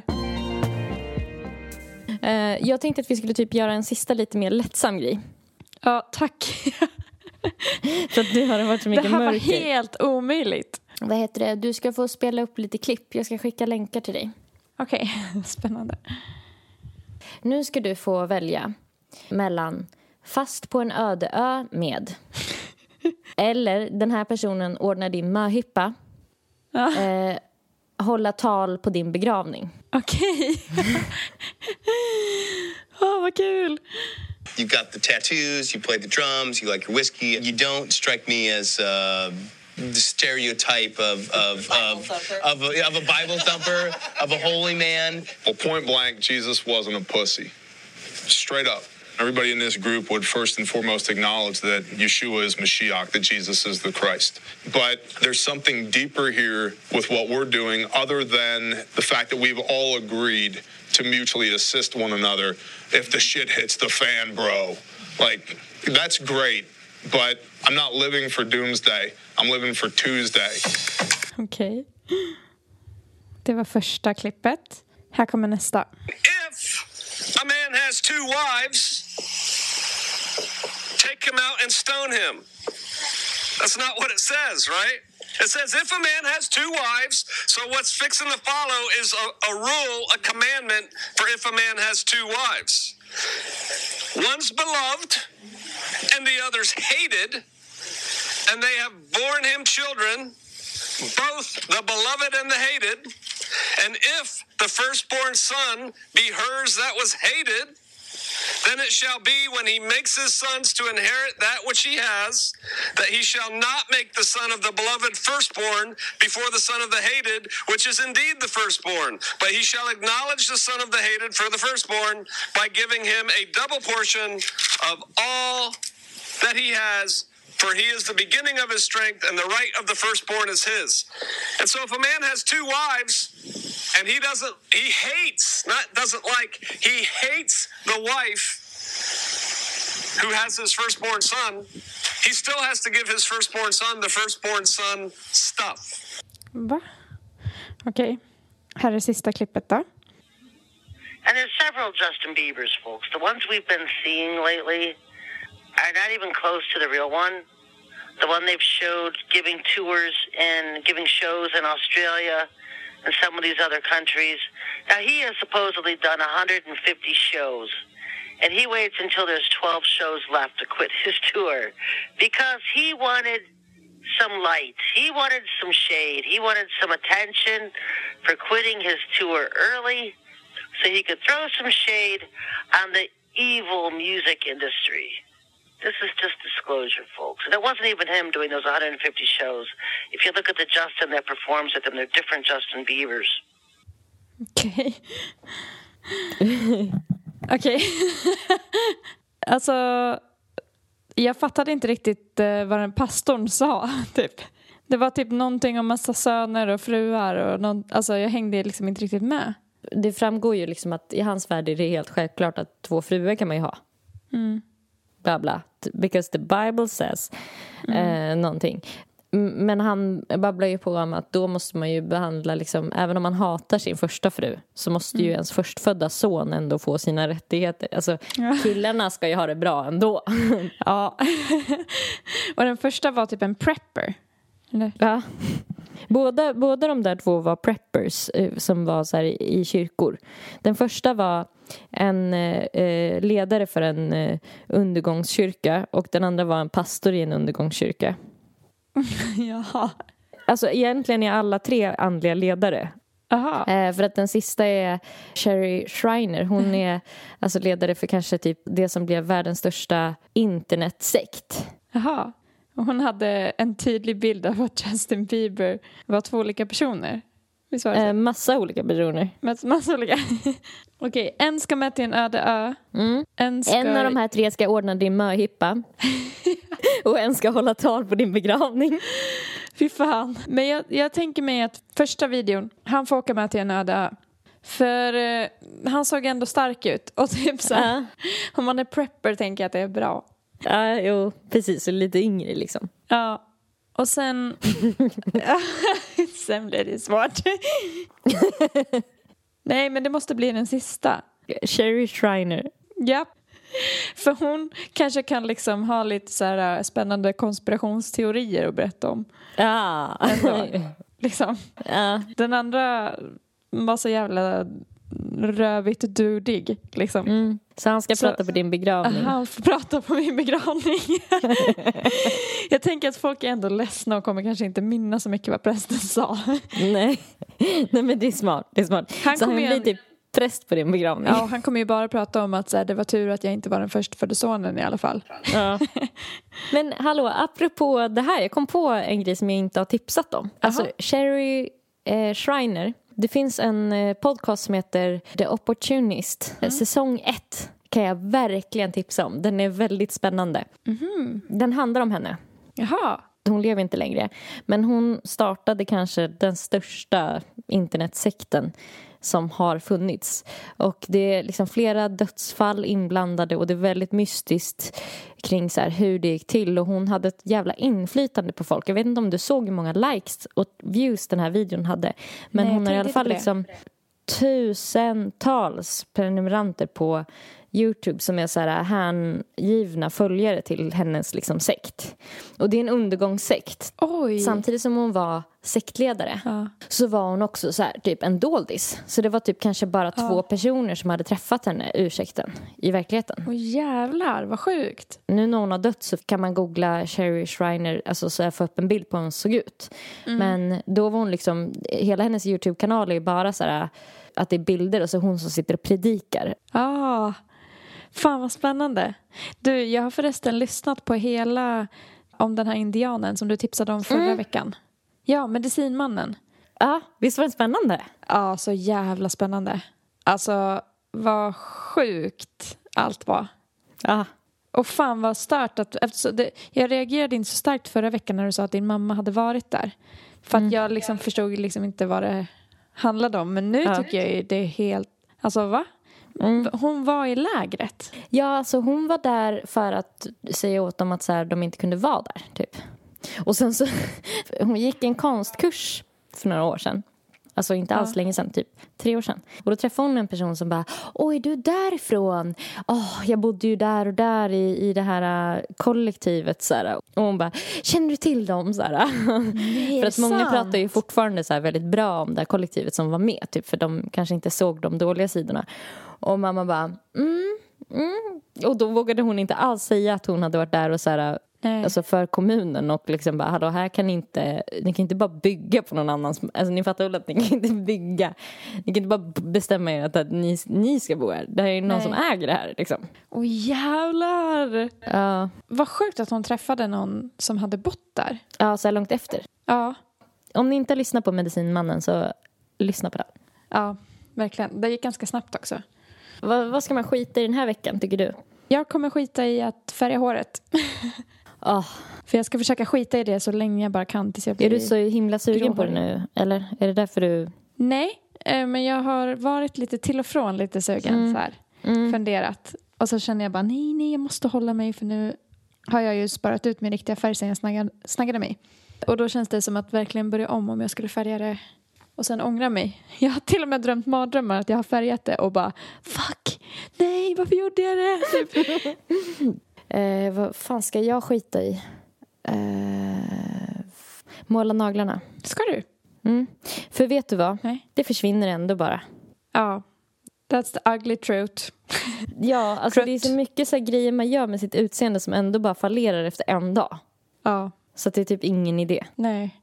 Uh, jag tänkte att vi skulle typ göra en sista lite mer lättsam grej.
Ja, tack.
För att nu har det varit så mycket
mörker. Det här
mörker.
var helt omöjligt.
Vad heter det? Du ska få spela upp lite klipp. Jag ska skicka länkar till dig.
Okej, okay. Spännande.
Nu ska du få välja mellan fast på en öde ö med eller den här personen ordnar din möhippa. Ja. Eh, hålla tal på din begravning.
Okej. Okay. Åh, oh, vad kul.
You got the tattoos, you play the drums, you like your whiskey. You don't strike me as uh, the stereotype of of of, of, a, of a Bible thumper, of a holy man.
Well, point blank, Jesus wasn't a pussy. Straight up. Everybody in this group would first and foremost acknowledge that Yeshua is Mashiach, that Jesus is the Christ. But there's something deeper here with what we're doing other than the fact that we've all agreed to mutually assist one another if the shit hits the fan, bro. Like, that's great, but I'm not living for doomsday. I'm living for Tuesday.
Okej. Okay. Det var första klippet. Här kommer nästa.
If a man has two wives, take him out and stone him. That's not what it says, right? It says if a man has two wives, so what's fixing to follow is a, a rule, a commandment for if a man has two wives. One's beloved and the other's hated, and they have borne him children, both the beloved and the hated. And if the firstborn son be hers that was hated, then it shall be when he makes his sons to inherit that which he has, that he shall not make the son of the beloved firstborn before the son of the hated, which is indeed the firstborn. But he shall acknowledge the son of the hated for the firstborn by giving him a double portion of all that he has, for he is the beginning of his strength, and the right of the firstborn is his. And so if a man has two wives, and he doesn't, he hates, not doesn't like, he hates the wife who has his firstborn son, he still has to give his firstborn son the firstborn son stuff.
Va? Okej. Okay. Här är sista klippet då.
And there's several Justin Biebers, folks. The ones we've been seeing lately are not even close to the real one. The one they've showed giving tours and giving shows in Australia and some of these other countries. Now, he has supposedly done one hundred fifty shows, and he waits until there's twelve shows left to quit his tour because he wanted some light. He wanted some shade. He wanted some attention for quitting his tour early so he could throw some shade on the evil music industry. This is just disclosure, folks. And it wasn't even him doing those one hundred fifty shows. If you look at the Justin that performs at them, they're different Justin Biebers.
Okej. Okej. Alltså, jag fattade inte riktigt eh, vad den pastorn sa, typ. Det var typ någonting om massa söner och fruar och någon, alltså jag hängde liksom inte riktigt med.
Det framgår ju liksom att i hans värld är det helt självklart att två fruar kan man ju ha.
Mm.
bla bla, because the Bible says mm. eh, någonting. Men han babblar ju på om att då måste man ju behandla liksom, även om man hatar sin första fru så måste mm. ju ens förstfödda son ändå få sina rättigheter. Alltså ja. Killarna ska ju ha det bra ändå.
Ja. Och den första var typ en prepper. Eller?
Ja. Båda, båda de där två var preppers eh, som var så här i, i kyrkor. Den första var en eh, ledare för en eh, undergångskyrka och den andra var en pastor i en undergångskyrka.
Jaha.
Alltså egentligen är alla tre andliga ledare.
Aha.
Eh, för att den sista är Sherry Shriner. Hon är alltså ledare för kanske typ det som blev världens största internetsekt.
Jaha. Och hon hade en tydlig bild av att Justin Bieber var två olika personer. Visst var det så?
Eh, massa olika personer.
Massa olika. Okej, en ska med till en öde ö.
Mm.
En, ska...
en av de här tre ska ordna din möhippa. Och en ska hålla tal på din begravning.
Fy fan. Men jag, jag tänker mig att första videon, han får åka med till en öde ö. För eh, han såg ändå stark ut. Och typ så här, uh. om man är prepper tänker jag att det är bra.
Ja, jo, precis. Och lite yngre liksom.
Ja. Och sen... sen blir det svårt. Nej, men det måste bli den sista.
Sherry Shriner.
Ja. För hon kanske kan liksom ha lite så här spännande konspirationsteorier att berätta om.
Ja.
Ändå, liksom.
Ja.
Den andra var så jävla rövigt dudig liksom.
Mm. Så han ska så, prata på din begravning.
Han får prata på min begravning. Jag tänker att folk är ändå ledsna och kommer kanske inte minnas så mycket vad prästen sa.
Nej. Nej, men det är smart. Det är smart. Han så han blir en... typ präst på din begravning.
Ja, han kommer ju bara prata om att så här, det var tur att jag inte var den förstfödde sonen i alla fall. Ja.
Men hallå, apropå det här, jag kom på en grej som jag inte har tipsat om. Alltså, Aha. Sherry eh, Shriner. Det finns en eh, podcast som heter The Opportunist. Mm. Säsong ett kan jag verkligen tipsa om. Den är väldigt spännande. Mm. Den handlar om henne.
Jaha.
Hon lever inte längre. Men hon startade kanske den största internetsekten som har funnits. Och det är liksom flera dödsfall inblandade och det är väldigt mystiskt kring så här hur det gick till. Och hon hade ett jävla inflytande på folk. Jag vet inte om du såg hur många likes och views den här videon hade. Men Nej, hon har i alla fall liksom tusentals prenumeranter på YouTube som är så här hängivna följare till hennes liksom sekt. Och det är en undergångssekt.
Oj.
Samtidigt som hon var sektledare
ja.
Så var hon också så här, typ en doldis. Så det var typ kanske bara ja. två personer som hade träffat henne ur sekten i verkligheten.
Åh jävlar, vad sjukt.
Nu när hon har dött så kan man googla Sherry Shriner, alltså så här, få upp en bild på hur hon såg ut. Mm. Men då var hon liksom, hela hennes YouTube-kanal är bara så här att det är bilder och så hon som sitter och predikar.
Ah. Fan vad spännande. Du, jag har förresten lyssnat på hela om den här indianen som du tipsade om förra mm. veckan. Ja, medicinmannen.
Ja, visst var det spännande?
Ja, så jävla spännande. Alltså, vad sjukt allt var.
Ja.
Och fan vad stört att, eftersom det, jag reagerade inte så starkt förra veckan när du sa att din mamma hade varit där. För att mm. jag liksom förstod liksom inte vad det handlade om. Men nu ja. tycker jag ju det är helt, alltså va? Mm. Hon var i lägret.
Ja, alltså hon var där för att säga åt dem att så här, de inte kunde vara där typ. Och sen så hon gick en konstkurs för några år sedan. Alltså inte alls ja. länge sedan, typ tre år sedan. Och då träffade hon en person som bara, oj, du är därifrån. Åh, jag bodde ju där och där i, i det här uh, kollektivet. Så här. Och hon bara, känner du till dem? Så här.
Nej,
för att många
sant?
pratar ju fortfarande så här väldigt bra om det här kollektivet som var med. Typ, för de kanske inte såg de dåliga sidorna. Och mamma bara, mm, mm. Och då vågade hon inte alls säga att hon hade varit där och så här... Alltså för kommunen och liksom bara, hallå, här kan ni inte, ni kan inte bara bygga på någon annans, alltså ni fattar väl att ni kan inte bygga, ni kan inte bara bestämma er att, att ni, ni ska bo här, det här är någon Nej. som äger det här liksom.
Åh jävlar.
Ja.
Vad sjukt att hon träffade någon som hade bott där.
Ja, så här långt efter.
Ja.
Om ni inte lyssnar på medicinmannen så lyssna på det.
Ja, verkligen, det gick ganska snabbt också.
Vad, vad ska man skita i den här veckan, tycker du?
Jag kommer skita i att färga håret.
Oh.
För jag ska försöka skita i det så länge jag bara kan tills jag blir...
Är du så himla sugen gråhårig på det nu? Eller är det därför du...
Nej, men jag har varit lite till och från lite sugen mm. så här. Mm. Funderat. Och så känner jag bara, nej, nej, jag måste hålla mig för nu har jag ju sparat ut min riktiga färg sen jag snaggade, snaggade mig. Och då känns det som att verkligen börja om om jag skulle färga det och sen ångra mig. Jag har till och med drömt mardrömmar att jag har färgat det och bara, fuck, nej, varför gjorde jag det? Typ.
eh, vad fan ska jag skita i? Eh, måla naglarna.
Ska du?
Mm. För vet du vad?
Nej.
Det försvinner ändå bara.
Ja, that's the ugly truth.
Ja, alltså det är så mycket så här grejer man gör med sitt utseende som ändå bara fallerar efter en dag.
Ja.
Så att det är typ ingen idé.
Nej.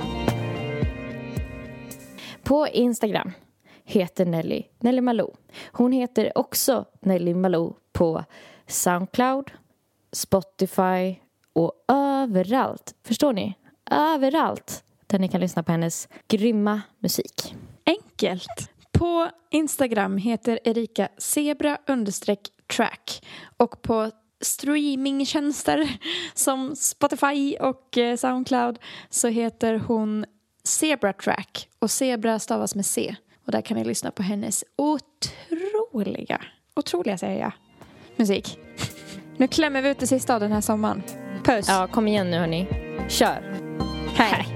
På Instagram heter Nelly Nelly Malou. Hon heter också Nelly Malou på Soundcloud, Spotify och överallt. Förstår ni? Överallt där ni kan lyssna på hennes grymma musik.
Enkelt. På Instagram heter Erika Zebra understreck track. Och på streamingtjänster som Spotify och Soundcloud så heter hon Zebra Track. Och Zebra stavas med C. Och där kan ni lyssna på hennes otroliga, otroliga säger jag, musik. Nu klämmer vi ut det sista av den här sommaren. Puss.
Ja, kom igen nu hörni. Kör.
Hej.